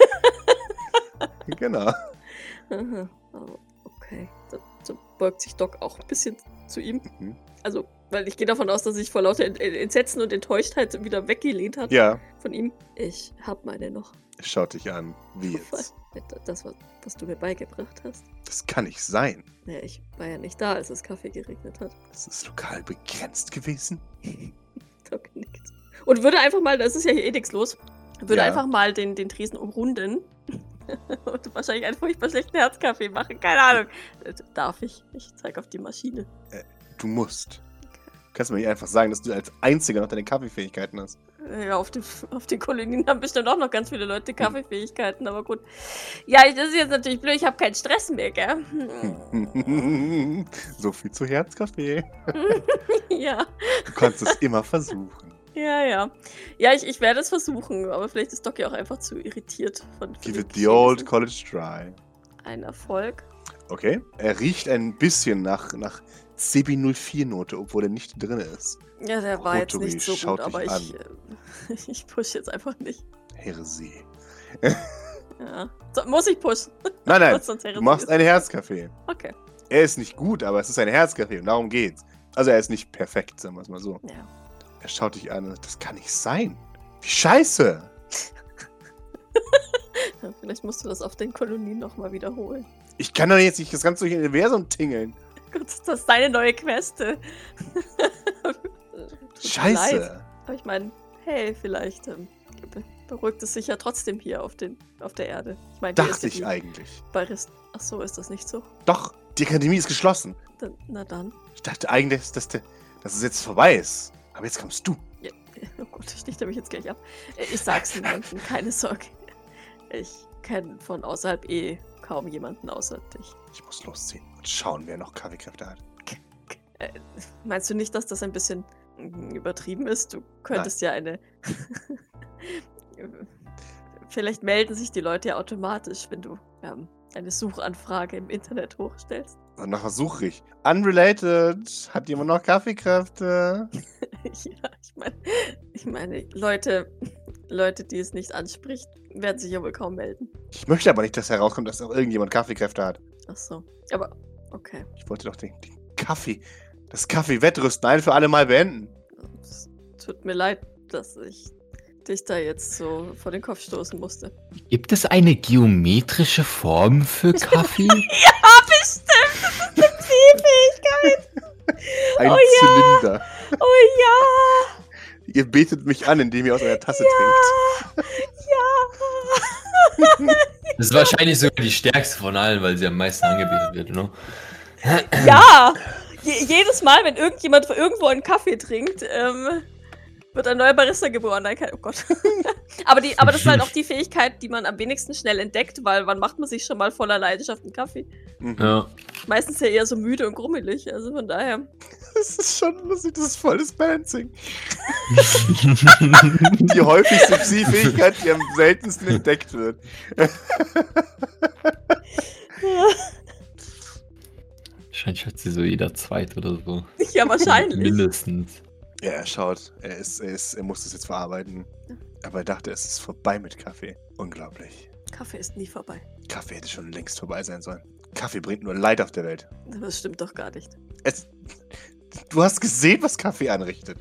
Genau. Aha. Oh, okay. Da, da beugt sich Doc auch ein bisschen zu ihm. Mhm. Also, weil ich gehe davon aus, dass er sich vor lauter Ent- Entsetzen und Enttäuschtheit wieder weggelehnt hat Ja, von ihm. Ich hab meine noch. schaut dich an. Wie jetzt? Das, was, was du mir beigebracht hast. Das kann nicht sein. Naja, ich war ja nicht da, als es Kaffee geregnet hat. Das ist lokal begrenzt gewesen. Doc nickt. Und würde einfach mal, das ist ja hier eh nichts los, würde Ja. einfach mal den, den Tresen umrunden und wahrscheinlich einen furchtbar schlechten Herzkaffee machen. Keine Ahnung. Äh, Darf ich? Ich zeige auf die Maschine. Du musst. Du kannst mir nicht einfach sagen, dass du als Einziger noch deine Kaffeefähigkeiten hast. Ja, auf, den, auf den Kolonien haben bestimmt auch noch ganz viele Leute Kaffeefähigkeiten, aber gut. Ja, ich- das ist jetzt natürlich blöd, ich habe keinen Stress mehr, gell? So viel zu Herzkaffee. Ja, Du kannst es immer versuchen. ja, ja. Ja, ich, ich werde es versuchen, aber vielleicht ist Doc ja auch einfach zu irritiert von von Give den it the old Geschehnissen. college try. Ein Erfolg. Okay. Er riecht ein bisschen nach, nach C B null vier Note, obwohl er nicht drin ist. Ja, der war jetzt Kotori nicht so schaut gut, aber dich ich, äh, ich push jetzt einfach nicht. Heresie. Ja. So, muss ich pushen? Nein, nein, Was sonst du Heresie machst ist. einen Herzkaffee. Okay. Er ist nicht gut, aber es ist ein Herzkaffee und darum geht's. Also er ist nicht perfekt, sagen wir es mal so. Ja. Er schaut dich an und sagt, das kann nicht sein. Wie scheiße. Ja, vielleicht musst du das auf den Kolonien nochmal wiederholen. Ich kann doch jetzt nicht das ganze Universum tingeln. Gott, das ist deine neue Queste. Tut mir leid. Scheiße. Aber ich meine, hey, vielleicht ähm, be- beruhigt es sich ja trotzdem hier auf, den, auf der Erde. Ich meine, Dachte ich eigentlich. Barist. Ach so, ist das nicht so? Doch, die Akademie ist geschlossen. Dann, na dann. Ich dachte eigentlich, dass, der, dass es jetzt vorbei ist. Aber jetzt kommst du. Ja, oh Gott, ich sticht er mich jetzt gleich ab. Ich sag's niemandem, keine Sorge. Ich kenne von außerhalb eh kaum jemanden außer dich. Ich muss losziehen und schauen, wer noch Kaffeekräfte hat. Äh, meinst du nicht, dass das ein bisschen mm, übertrieben ist? Du könntest ja eine... Vielleicht melden sich die Leute ja automatisch, wenn du ähm, eine Suchanfrage im Internet hochstellst. Und nach was suche ich? Unrelated. Hat jemand noch Kaffeekräfte? Ja, ich meine, ich meine, Leute, Leute, die es nicht anspricht, werden sich ja wohl kaum melden. Ich möchte aber nicht, dass herauskommt, dass auch irgendjemand Kaffeekräfte hat. Ach so. Aber, okay. Ich wollte doch den, den Kaffee, das Kaffee-Wettrüsten ein für alle Mal beenden. Es tut mir leid, dass ich dich da jetzt so vor den Kopf stoßen musste. Gibt es eine geometrische Form für Kaffee? Ja, bestimmt! Das ist eine Zielfähigkeit! Ein Oh Zylinder. Oh ja! Ihr betet mich an, indem ihr aus einer Tasse Ja! Ja! Das ist wahrscheinlich sogar die stärkste von allen, weil sie am meisten angebetet wird, ne? Ja! Je jedes Mal, wenn irgendjemand irgendwo einen Kaffee trinkt, ähm, wird ein neuer Barista geboren. Nein, kein, oh Gott. aber, die, aber das ist halt auch die Fähigkeit, die man am wenigsten schnell entdeckt, weil wann macht man sich schon mal voller Leidenschaft einen Kaffee? trinkt. Mhm. Ja. Meistens ja eher so müde und grummelig, also von daher. Das ist schon lustig, das ist voll das Balancing. Die häufigste Psi-Fähigkeit, die am seltensten entdeckt wird. Wahrscheinlich hat sie so jeder zweit oder so. Ja, wahrscheinlich. Mindestens. Ja, er schaut, er, ist, er, ist, er muss das jetzt verarbeiten. Aber er dachte, es ist vorbei mit Kaffee. Unglaublich. Kaffee ist nie vorbei. Kaffee hätte schon längst vorbei sein sollen. Kaffee bringt nur Leid auf der Welt. Das stimmt doch gar nicht. Es, du hast gesehen, was Kaffee anrichtet.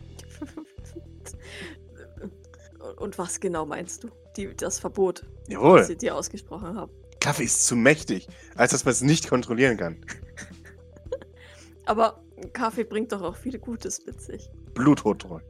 Und was genau meinst du? Die, das Verbot, Jawohl. das sie dir ausgesprochen haben. Kaffee ist zu mächtig, als dass man es nicht kontrollieren kann. Aber Kaffee bringt doch auch viel Gutes mit sich. Bluthochdruck.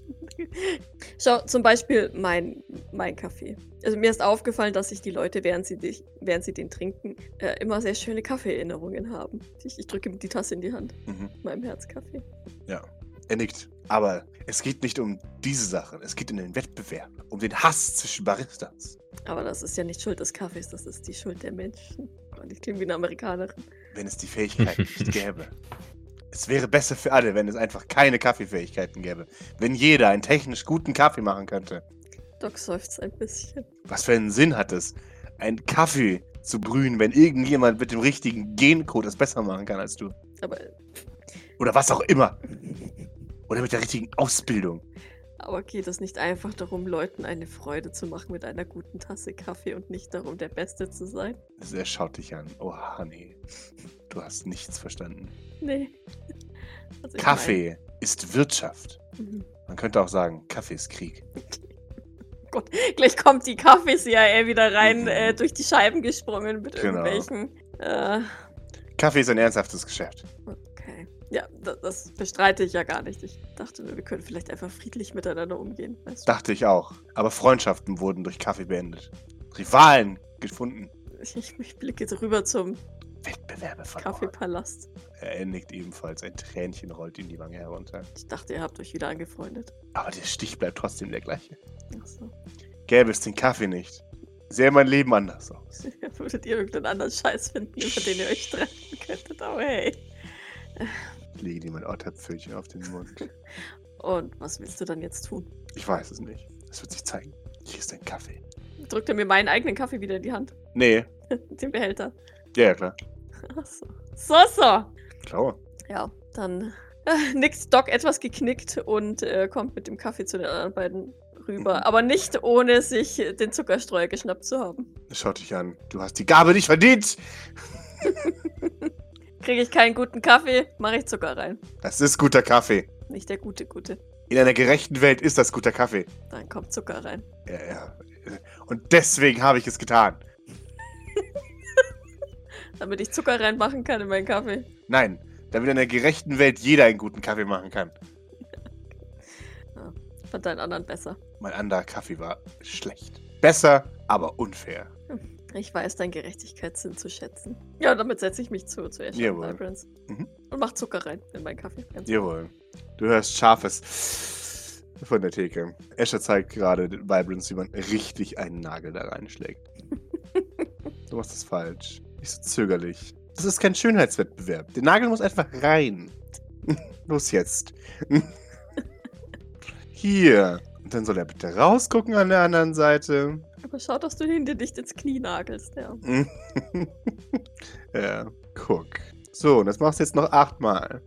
Schau, zum Beispiel mein, mein Kaffee. Also mir ist aufgefallen, dass sich die Leute, während sie, dich, während sie den trinken, äh, immer sehr schöne Kaffeeerinnerungen haben. Ich, ich drücke die Tasse in die Hand. Mhm. Meinem Herzkaffee. Ja, er nickt. Aber es geht nicht um diese Sache. Es geht um den Wettbewerb. Um den Hass zwischen Baristas. Aber das ist ja nicht Schuld des Kaffees, das ist die Schuld der Menschen. Und ich klinge wie eine Amerikanerin. Wenn es die Fähigkeit nicht gäbe. Es wäre besser für alle, wenn es einfach keine Kaffeefähigkeiten gäbe. Wenn jeder einen technisch guten Kaffee machen könnte. Doc seufzt ein bisschen. Was für einen Sinn hat es, einen Kaffee zu brühen, wenn irgendjemand mit dem richtigen Gencode es besser machen kann als du? Aber, Oder was auch immer. Oder mit der richtigen Ausbildung. aber geht es nicht einfach darum, Leuten eine Freude zu machen mit einer guten Tasse Kaffee und nicht darum, der Beste zu sein? Also er schaut dich an. Oh, Honey. Du hast nichts verstanden. Nee. Also ich Kaffee ist Wirtschaft. mein- Mhm. Man könnte auch sagen, Kaffee ist Krieg. Gott, gleich kommt die Kaffee-C I A wieder rein, Mhm. äh, durch die Scheiben gesprungen mit Genau. irgendwelchen. Äh, Kaffee ist ein ernsthaftes Geschäft. okay. Ja, das, das bestreite ich ja gar nicht. Ich dachte nur, wir können vielleicht einfach friedlich miteinander umgehen. Weißt du? Dachte ich auch. Aber Freundschaften wurden durch Kaffee beendet. Rivalen gefunden. Ich, ich blicke rüber zum Wettbewerbe verloren. Kaffeepalast. Er nickt ebenfalls. Ein Tränchen rollt ihm die Wange herunter. Ich dachte, ihr habt euch wieder angefreundet. Aber der Stich bleibt trotzdem der gleiche. Achso. Gäbe es den Kaffee nicht, sähe mein Leben anders aus. Würdet ihr irgendeinen anderen Scheiß finden, über den ihr euch treffen könntet? Oh hey. Ich lege ihm ein Otterpfötchen auf den Mund. Und was willst du dann jetzt tun? Ich weiß es nicht. Es wird sich zeigen. Hier ist ein Kaffee. Drückt er mir meinen eigenen Kaffee wieder in die Hand? Nee. Den Behälter. Ja, ja, klar. Achso. So, so. Klar. Ja, dann äh, nickt Doc etwas geknickt und äh, kommt mit dem Kaffee zu den anderen beiden rüber, Mhm. aber nicht ohne sich den Zuckerstreuer geschnappt zu haben. Schaut dich an. Du hast die Gabe nicht verdient. Kriege ich keinen guten Kaffee, mache ich Zucker rein. Das ist guter Kaffee. Nicht der gute, gute. In einer gerechten Welt ist das guter Kaffee. Dann kommt Zucker rein. Ja, ja. Und deswegen habe ich es getan. Damit ich Zucker reinmachen kann in meinen Kaffee. Nein, damit in einer gerechten Welt jeder einen guten Kaffee machen kann. Ich fand deinen anderen besser. Mein anderer Kaffee war schlecht. Besser, aber unfair. Ich weiß deinen Gerechtigkeitssinn zu schätzen. Ja, damit setze ich mich zu, zu Asher Jawohl. Vibrance. Mhm. Und mach Zucker rein in meinen Kaffee. Ganz Jawohl. Du hörst scharfes von der Theke. Escher zeigt gerade Vibrance, wie man richtig einen Nagel da reinschlägt. Du machst das falsch. Nicht so zögerlich. Das ist kein Schönheitswettbewerb. Der Nagel muss einfach rein. Los jetzt. Hier. Und dann soll er bitte rausgucken an der anderen Seite. Aber schau, dass du hinter dich ins Knie nagelst, ja. Ja, guck. So, und das machst du jetzt noch achtmal.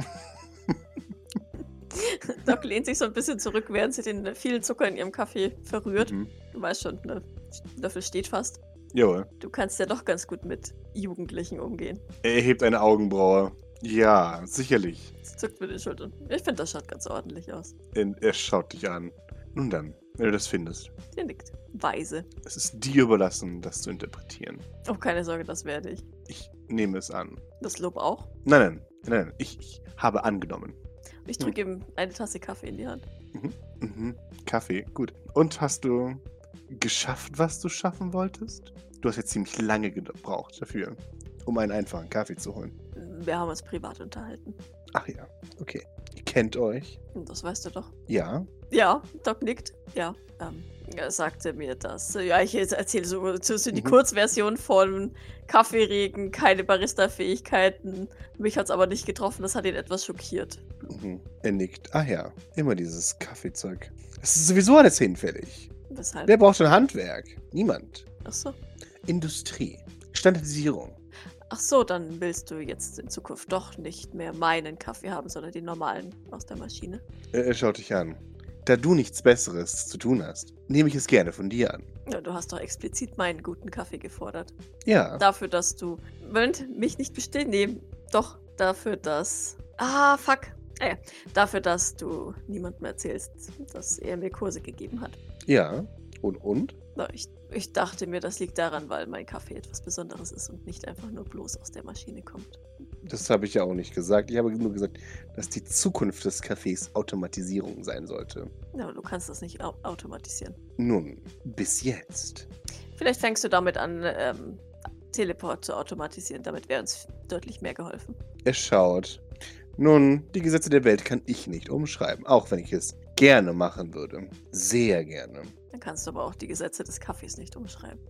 Doc lehnt sich so ein bisschen zurück, während sie den vielen Zucker in ihrem Kaffee verrührt. Mhm. Du weißt schon, der Löffel steht fast. Jawohl. Du kannst ja doch ganz gut mit Jugendlichen umgehen. Er hebt eine Augenbraue. Ja, sicherlich. Sie zuckt mit den Schultern. Ich finde, das schaut ganz ordentlich aus. Er schaut dich an. Nun dann, wenn du das findest. Der nickt. Weise. Es ist dir überlassen, das zu interpretieren. Oh, keine Sorge, das werde ich. Ich nehme es an. Das Lob auch. Nein, nein, nein, nein. Ich, ich habe angenommen. Ich drücke ihm eine Tasse Kaffee in die Hand. Mhm. Kaffee, gut. Und hast du geschafft, was du schaffen wolltest? Du hast jetzt ziemlich lange gebraucht dafür, um einen einfachen Kaffee zu holen. Wir haben uns privat unterhalten. Ach ja, okay. Ihr kennt euch? Das weißt du doch. Ja. Ja, Doc nickt. Ja, ähm, er sagte mir das. Ja, ich erzähle so, so, so die Mhm. Kurzversion von Kaffeeregen, keine Barista-Fähigkeiten. Mich hat's aber nicht getroffen, das hat ihn etwas schockiert. Mhm. Er nickt. Ach ja, immer dieses Kaffeezeug. Das ist sowieso alles hinfällig. Weshalb? Wer braucht schon Handwerk? Niemand. Achso. Industrie. Standardisierung. Ach so, dann willst du jetzt in Zukunft doch nicht mehr meinen Kaffee haben, sondern den normalen aus der Maschine. Er er schaut dich an. Da du nichts Besseres zu tun hast, nehme ich es gerne von dir an. Ja, du hast doch explizit meinen guten Kaffee gefordert. Ja. Dafür, dass du. Moment, mich nicht bestehen nehmen. Doch, dafür, dass. Ah, fuck. Ah ja. Dafür, dass du niemandem erzählst, dass er mir Kurse gegeben hat. Ja. Und und? Na, ich, ich dachte mir, das liegt daran, weil mein Kaffee etwas Besonderes ist und nicht einfach nur bloß aus der Maschine kommt. Das habe ich ja auch nicht gesagt. Ich habe nur gesagt, dass die Zukunft des Cafés Automatisierung sein sollte. Ja, aber du kannst das nicht au automatisieren. Nun, bis jetzt. Vielleicht fängst du damit an, ähm, Teleport zu automatisieren. Damit wäre uns deutlich mehr geholfen. Er schaut. Nun, die Gesetze der Welt kann ich nicht umschreiben, auch wenn ich es gerne machen würde. Sehr gerne. Dann kannst du aber auch die Gesetze des Kaffees nicht umschreiben.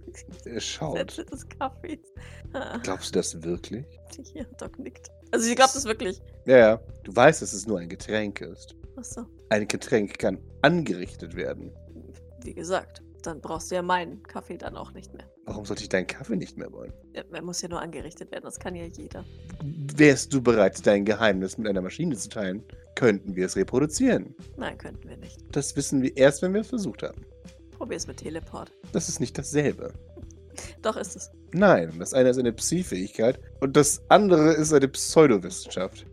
Er schaut. Gesetze des Kaffees. Ah, Glaubst du das wirklich? ja, Doc nickt. Also sie glaubt es wirklich. Ja, ja. Du weißt, dass es nur ein Getränk ist. Achso. Ein Getränk kann angerichtet werden. Wie gesagt, dann brauchst du ja meinen Kaffee dann auch nicht mehr. Warum sollte ich deinen Kaffee nicht mehr wollen? Ja, er muss ja nur angerichtet werden, das kann ja jeder. Wärst du bereit, dein Geheimnis mit einer Maschine zu teilen, könnten wir es reproduzieren. Nein, könnten wir nicht. Das wissen wir erst, wenn wir es versucht haben. Probier's mit Teleport. Das ist nicht dasselbe. Doch ist es. Nein, das eine ist eine Psi-Fähigkeit und das andere ist eine Pseudowissenschaft.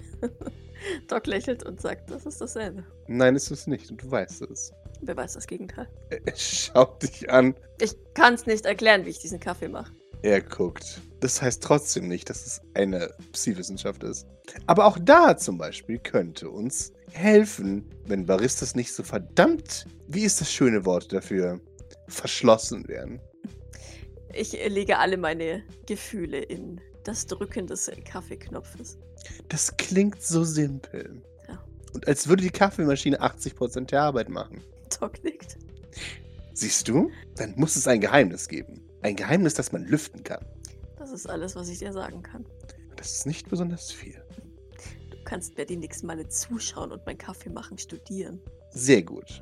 Doc lächelt und sagt, das ist dasselbe. Nein, ist es nicht und du weißt es. Wer weiß das Gegenteil? Er er schaut dich an. Ich kann es nicht erklären, wie ich diesen Kaffee mache. Er guckt. Das heißt trotzdem nicht, dass es eine Psi-Wissenschaft ist. Aber auch da zum Beispiel könnte uns helfen, wenn Baristas nicht so verdammt, wie ist das schöne Wort dafür, verschlossen werden. Ich lege alle meine Gefühle in das Drücken des Kaffeeknopfes. Das klingt so simpel. Ja. Und als würde die Kaffeemaschine achtzig Prozent der Arbeit machen. Doc nickt. Siehst du? Dann muss es ein Geheimnis geben. Ein Geheimnis, das man lüften kann. Das ist alles, was ich dir sagen kann. Das ist nicht besonders viel. Du kannst mir die nächsten Male zuschauen und mein Kaffee machen studieren. Sehr gut.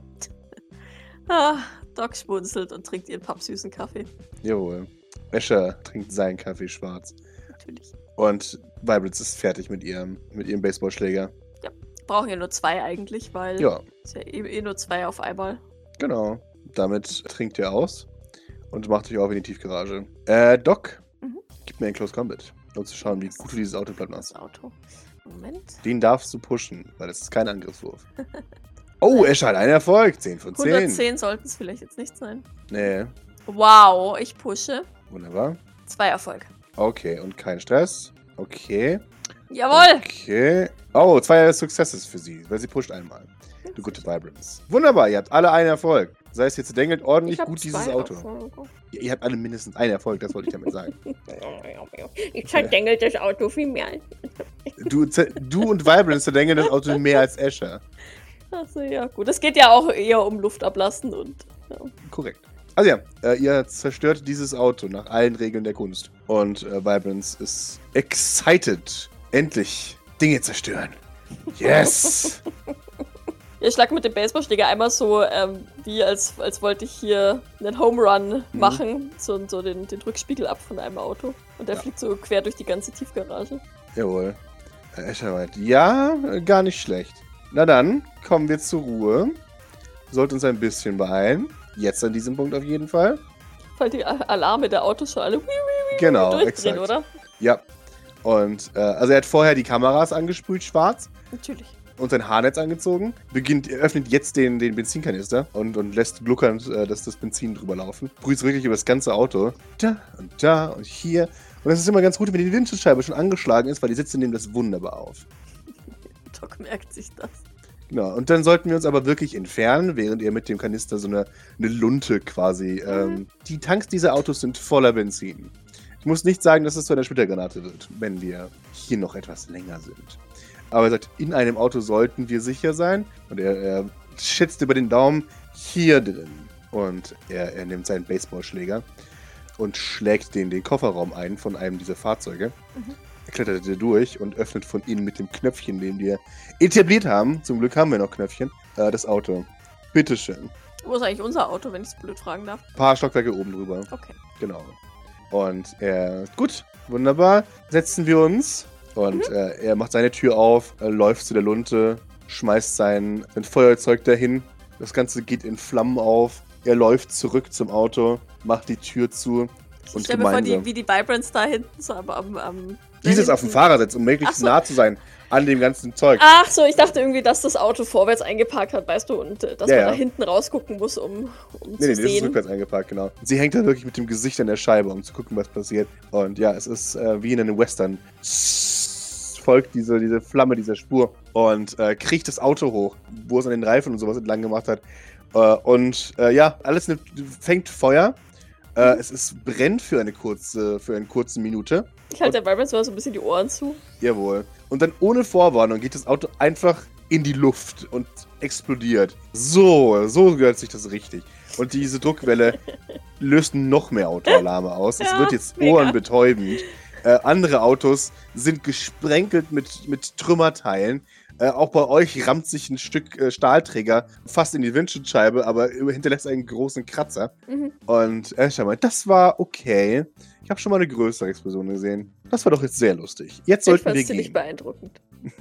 Ah, Doc schmunzelt und trinkt ihren pappsüßen Kaffee. Jawohl. Escher trinkt seinen Kaffee schwarz. Natürlich. Und Vibrance ist fertig mit ihrem, mit ihrem Baseballschläger. Brauchen ja nur zwei eigentlich, weil Ja, es ja eh, eh nur zwei auf einmal. genau. Damit trinkt ihr aus und macht euch auf in die Tiefgarage. Äh, Doc, Mhm. gib mir ein Close Combat, um zu schauen, wie gut du dieses Auto platt machst. Das Auto. Moment. Den darfst du pushen, weil das ist kein Angriffswurf. Oh, Escher hat einen Erfolg. zehn von zehn. hundertzehn sollten es vielleicht jetzt nicht sein. Nee, Wow, ich pushe. wunderbar. Zwei Erfolge. Okay, und kein Stress. Okay. Jawohl! Okay. Oh, zwei Successes für sie, weil sie pusht einmal. Du gute Vibrance. Wunderbar, ihr habt alle einen Erfolg. Das heißt, jetzt dengelt ordentlich hab gut dieses zwei Auto. Erfolge. Ihr, ihr habt alle mindestens einen Erfolg, das wollte ich damit sagen. Ich zerdengelt das Auto viel mehr als. Du, ze- du und Vibrance zerdengeln das Auto mehr als Escher. Achso, ja, gut. Es geht ja auch eher um Luft ablassen und. Ja. Korrekt. Also ja, äh, ihr zerstört dieses Auto nach allen Regeln der Kunst. Und äh, Vibrance ist excited. Endlich Dinge zerstören. Yes! Ich schlag mit dem Baseballschläger einmal so, ähm, wie als, als wollte ich hier einen Home Run Mhm. machen. So, so den, den Rückspiegel ab von einem Auto. Und der Ja. fliegt so quer durch die ganze Tiefgarage. Jawohl. Äh, Escher meint, ja, äh, gar nicht schlecht. Na dann, kommen wir zur Ruhe. Sollten uns ein bisschen beeilen. Jetzt an diesem Punkt auf jeden Fall. Weil die A- Alarme der Autos schon alle Genau, durchdrehen, exakt. oder? Ja. Und, äh, also er hat vorher die Kameras angesprüht, schwarz. Natürlich. Und sein Haarnetz angezogen, beginnt, er öffnet jetzt den, den Benzinkanister und, und lässt gluckernd äh, das, das Benzin drüber laufen. Brüht wirklich über das ganze Auto. Da und da und hier. Und das ist immer ganz gut, wenn die Windschutzscheibe schon angeschlagen ist, weil die Sitze nehmen das wunderbar auf. Doc merkt sich das. Genau, und dann sollten wir uns aber wirklich entfernen, während ihr mit dem Kanister so eine, eine Lunte quasi. Ähm, die Tanks dieser Autos sind voller Benzin. Ich muss nicht sagen, dass es zu einer Splittergranate wird, wenn wir hier noch etwas länger sind. Aber er sagt, in einem Auto sollten wir sicher sein. Und er, er schätzt über den Daumen hier drin. Und er, er nimmt seinen Baseballschläger und schlägt den, den Kofferraum ein von einem dieser Fahrzeuge. Mhm. Er klettert da durch und öffnet von innen mit dem Knöpfchen, den wir etabliert haben. Zum Glück haben wir noch Knöpfchen. Äh, das Auto. Bitteschön. Wo ist eigentlich unser Auto, wenn ich es blöd fragen darf? Ein paar Stockwerke oben drüber. Okay. Genau. Und er, gut, wunderbar. Setzen wir uns. Und äh, er macht seine Tür auf, äh, läuft zu der Lunte, schmeißt sein, sein Feuerzeug dahin. Das Ganze geht in Flammen auf. Er läuft zurück zum Auto, macht die Tür zu. Ich Und stell mir vor, die, gemeinsam. wie die Vibrance da hinten so am. am, am Dieses da auf dem hinten- Fahrersitz, um möglichst Ach so. nah zu sein an dem ganzen Zeug. Ach so, ich dachte irgendwie, dass das Auto vorwärts eingeparkt hat, weißt du, und äh, dass Ja, man ja. da hinten rausgucken muss, um, um Nee, zu nee, das ist sehen. rückwärts eingeparkt, genau. Sie hängt da wirklich mit dem Gesicht an der Scheibe, um zu gucken, was passiert. Und ja, es ist äh, wie in einem Western. Folgt diese, diese Flamme, dieser Spur und äh, kriegt das Auto hoch, wo es an den Reifen und sowas entlang gemacht hat. Äh, und äh, ja, alles nimmt, fängt Feuer. Äh, es ist, brennt für eine kurze, für eine kurze Minute. Ich halte der Vibrance mal so ein bisschen die Ohren zu. Jawohl. Und dann ohne Vorwarnung geht das Auto einfach in die Luft und explodiert. So, so gehört sich das richtig. Und diese Druckwelle löst noch mehr Autoalarme aus. Es Ja, wird jetzt mega. ohrenbetäubend. Äh, andere Autos sind gesprenkelt mit, mit Trümmerteilen. Äh, auch bei euch rammt sich ein Stück äh, Stahlträger fast in die Windschutzscheibe, aber hinterlässt einen großen Kratzer. Mhm. Und Escher meint, das war okay. Ich habe schon mal eine größere Explosion gesehen. Das war doch jetzt sehr lustig. Jetzt Ich sollten fand wir es ziemlich gehen. beeindruckend.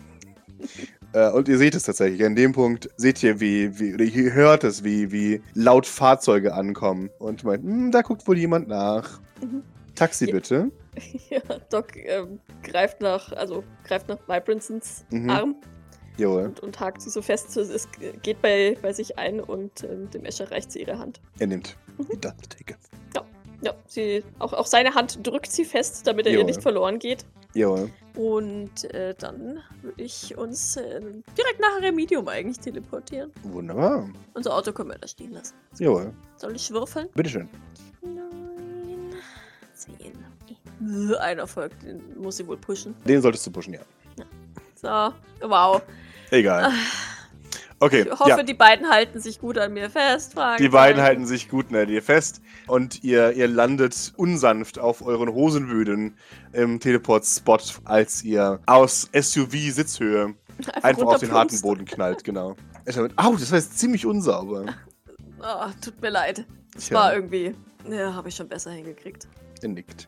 Äh, und ihr seht es tatsächlich. An dem Punkt seht ihr, wie, wie oder ihr hört es, wie, wie laut Fahrzeuge ankommen. Und meint, "Hm, da guckt wohl jemand nach. Mhm. Taxi Ja. bitte. Ja, Doc ähm, greift nach, also greift nach Vibransons Mhm. Arm Jawohl. und, und hakt sie so fest, so, es geht bei, bei sich ein und ähm, dem Escher reicht sie ihre Hand. Er nimmt. Mhm. He does take it. Ja, sie, auch, auch seine Hand drückt sie fest, damit er ihr Jawohl. nicht verloren geht. Jawohl. Und äh, dann würde ich uns äh, direkt nach Remedium eigentlich teleportieren. Wunderbar. Unser Auto können wir da stehen lassen. Jawohl. Soll ich würfeln? Bitteschön. Neun, zehn. Äh, Ein Erfolg, den muss sie wohl pushen. Den solltest du pushen, ja. So, wow. Egal. Okay, Ich hoffe, ja. die beiden halten sich gut an mir fest. Die beiden halten sich gut neben dir fest und ihr, ihr landet unsanft auf euren Hosenböden im Teleport-Spot, als ihr aus S U V-Sitzhöhe einfach auf den harten runterplumpst. Boden knallt, genau. Er schaut, au, das war jetzt ziemlich unsauber. Oh, tut mir leid. Das Tja. war irgendwie. Ja, habe ich schon besser hingekriegt. Er nickt.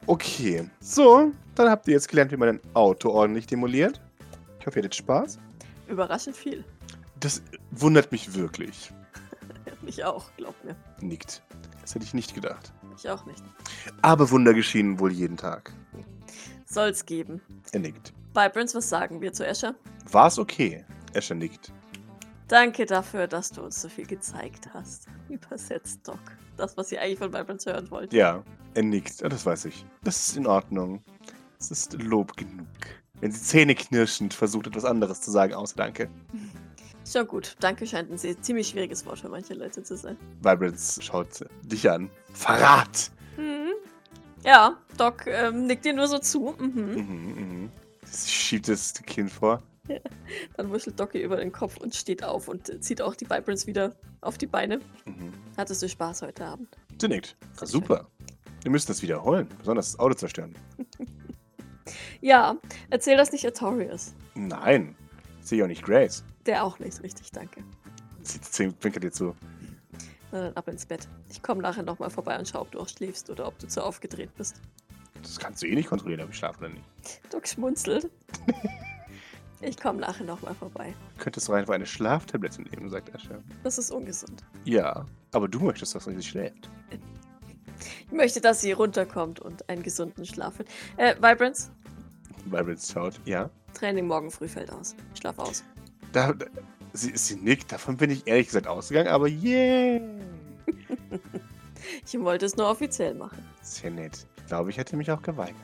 Okay, so, dann habt ihr jetzt gelernt, wie man ein Auto ordentlich demoliert. Ich hoffe, ihr hattet Spaß. Überraschend viel. Das wundert mich wirklich. Mich auch, glaub mir. Nickt. Das hätte ich nicht gedacht. Ich auch nicht. Aber Wunder geschehen wohl jeden Tag. Soll's geben. Er nickt. Vibrance, was sagen wir zu Escher? War's okay? Escher nickt. Danke dafür, dass du uns so viel gezeigt hast. Übersetzt, Doc. Das, was ihr eigentlich von Vibrance hören wollt. Ja, er nickt. Ja, das weiß ich. Das ist in Ordnung. Das ist Lob genug. Wenn sie zähneknirschend versucht, etwas anderes zu sagen, außer Danke. Schon gut. Danke scheint ein sehr, ziemlich schwieriges Wort für manche Leute zu sein. Vibrance schaut dich an. Verrat! Mhm. Ja, Doc ähm, nickt dir nur so zu. Mhm. Mhm, mhm. Sie schiebt das Kind vor. Ja. Dann wuschelt Doc ihr über den Kopf und steht auf und äh, zieht auch die Vibrance wieder auf die Beine. Mhm. Hattest du Spaß heute Abend? Sie nickt. Sehr Super. Wir müssen das wiederholen. Besonders das Auto zerstören. Ja, erzähl das nicht Artorius. Nein. Ich sehe auch nicht Grace. Der auch nicht, richtig, danke. Sie zwinkert dir zu. Na dann ab ins Bett. Ich komme nachher nochmal vorbei und schau, ob du auch schläfst oder ob du zu aufgedreht bist. Das kannst du eh nicht kontrollieren, ob ich schlafe oder nicht. Doc schmunzelt. Ich komme nachher nochmal vorbei. Du könntest doch einfach eine Schlaftablette nehmen, sagt Escher. Das ist ungesund. Ja, aber du möchtest, dass sie schläft. Ich möchte, dass sie runterkommt und einen gesunden Schlaf hat. Äh, Vibrance? Vibrance schaut. Ja. Training morgen früh fällt aus. Schlaf aus. Da, da, sie, sie nickt. Davon bin ich ehrlich gesagt ausgegangen, aber yeah. Ich wollte es nur offiziell machen. Sehr nett. Ich glaube, ich hätte mich auch geweigert.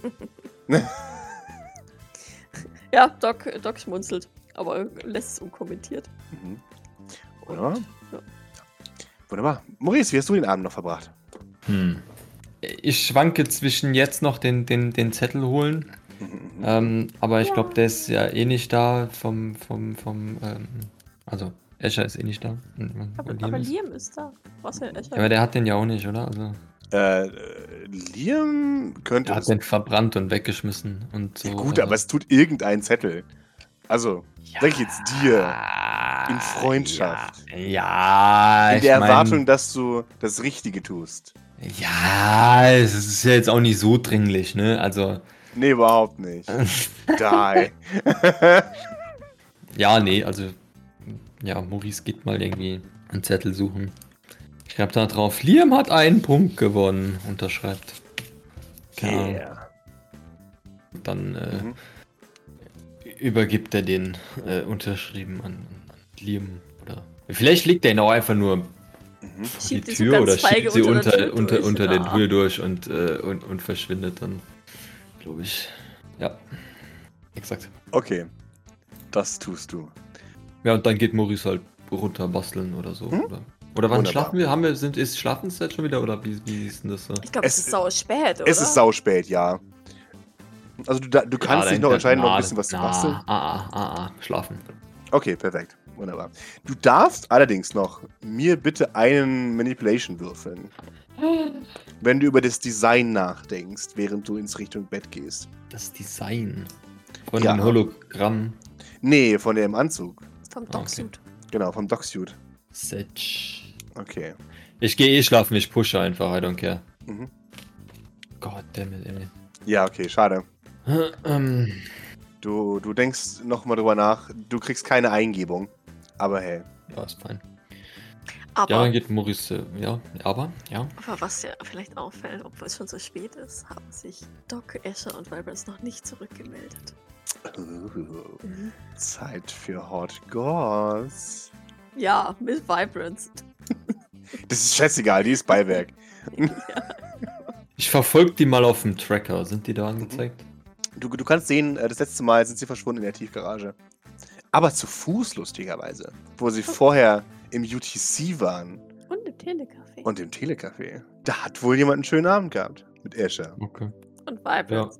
Ja, Doc, Doc schmunzelt, aber lässt es unkommentiert. Mhm. Wunderbar. Ja. Wunderbar. Maurice, wie hast du den Abend noch verbracht? Hm. Ich schwanke zwischen jetzt noch den, den, den Zettel holen. Mhm. Ähm, aber ich glaube, der ist ja eh nicht da vom, vom, vom, ähm, also Escher ist eh nicht da. Und, Aber, und aber ist, Liam ist da. Was denn, ja, aber der hat den ja auch nicht, oder? Also, Äh, Liam könnte er hat es. den verbrannt und weggeschmissen und so. Ja, gut, also. aber es tut irgendein Zettel. Also, sag ich jetzt dir. In Freundschaft. Ja, ja In ich der mein, Erwartung, dass du das Richtige tust. Ja, es ist ja jetzt auch nicht so dringlich, ne? Also. Nee, überhaupt nicht. Die. Ja, nee, also. Ja, Maurice geht mal irgendwie einen Zettel suchen. Ich schreibe da drauf, Liam hat einen Punkt gewonnen. Unterschreibt. Genau. Yeah. Dann äh, Mhm. übergibt er den äh, unterschrieben an, an Liam. Oder vielleicht liegt er ihn auch einfach nur Mhm. vor die Schiebt die so Tür ganz oder feige schiebt sie unter der unter, Tür unter, durch. unter den Ah. Tür durch und, äh, und, und verschwindet dann, glaube ich. Ja, exakt. Okay. Das tust du. Ja, und dann geht Maurice halt runter basteln oder so. Hm? Oder, oder wann Wunderbar. schlafen wir? Haben wir, sind, ist Schlafenszeit schon wieder oder wie, wie ist denn das so? Ich glaube, es Es- ist sau spät, oder? Es ist sauspät, ja. Also du, da- du kannst Ja, dich dann- noch entscheiden, noch na, ein bisschen was zu na, basteln. Ah, ah, ah, ah, schlafen. Okay, perfekt. Wunderbar. Du darfst allerdings noch mir bitte einen Manipulation würfeln. Wenn du über das Design nachdenkst, während du ins Richtung Bett gehst. Das Design von Ja. dem Hologramm. Nee, von dem Anzug. Vom okay. Dogsuit. Genau, vom Dogsuit. Setch. Okay. Ich gehe eh schlafen, ich pushe einfach, I don't care. Mhm. Goddammit, ey. Ja, okay, schade. Ähm, Du, du denkst nochmal drüber nach. Du kriegst keine Eingebung. Aber hey. ja, ist fein. Aber, Ja, dann geht Maurice, äh, ja, aber, ja. aber was ja vielleicht auffällt, obwohl es schon so spät ist, haben sich Doc, Escher und Vibrance noch nicht zurückgemeldet. Mhm. Zeit für Hot Goss. Ja, mit Vibrance. Das ist scheißegal, die ist Beiwerk. Ich verfolge die mal auf dem Tracker. Sind die da angezeigt? Du, du kannst sehen, äh, das letzte Mal sind sie verschwunden in der Tiefgarage. Aber zu Fuß, lustigerweise. Wo sie vorher im U T C waren Und im Telecafé. und im Telecafé. Da hat wohl jemand einen schönen Abend gehabt. Mit Escher. Okay. Und Vibrance.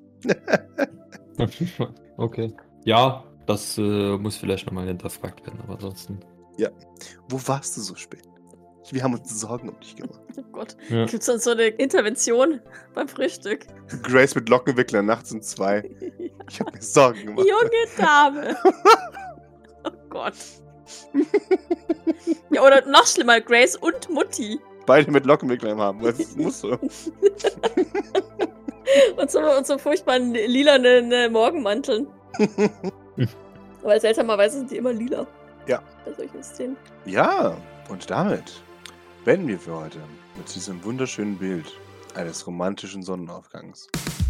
Okay. Ja, das äh, muss vielleicht nochmal hinterfragt werden, aber ansonsten. Wo warst du so spät? Wir haben uns Sorgen um dich gemacht. Oh Gott. Ja. Gibt es dann so eine Intervention beim Frühstück? Grace mit Lockenwickler nachts um zwei. Ich habe mir Sorgen gemacht. Junge Dame. Oh Gott. Ja, oder noch schlimmer, Grace und Mutti. Beide mit Lockenwickler im Haben. Das muss so. Und so, und so furchtbaren lilanen äh, Morgenmanteln. Aber seltsamerweise sind die immer lila. Ja. Bei solchen Szenen. Ja, und damit beenden wir für heute mit diesem wunderschönen Bild eines romantischen Sonnenaufgangs.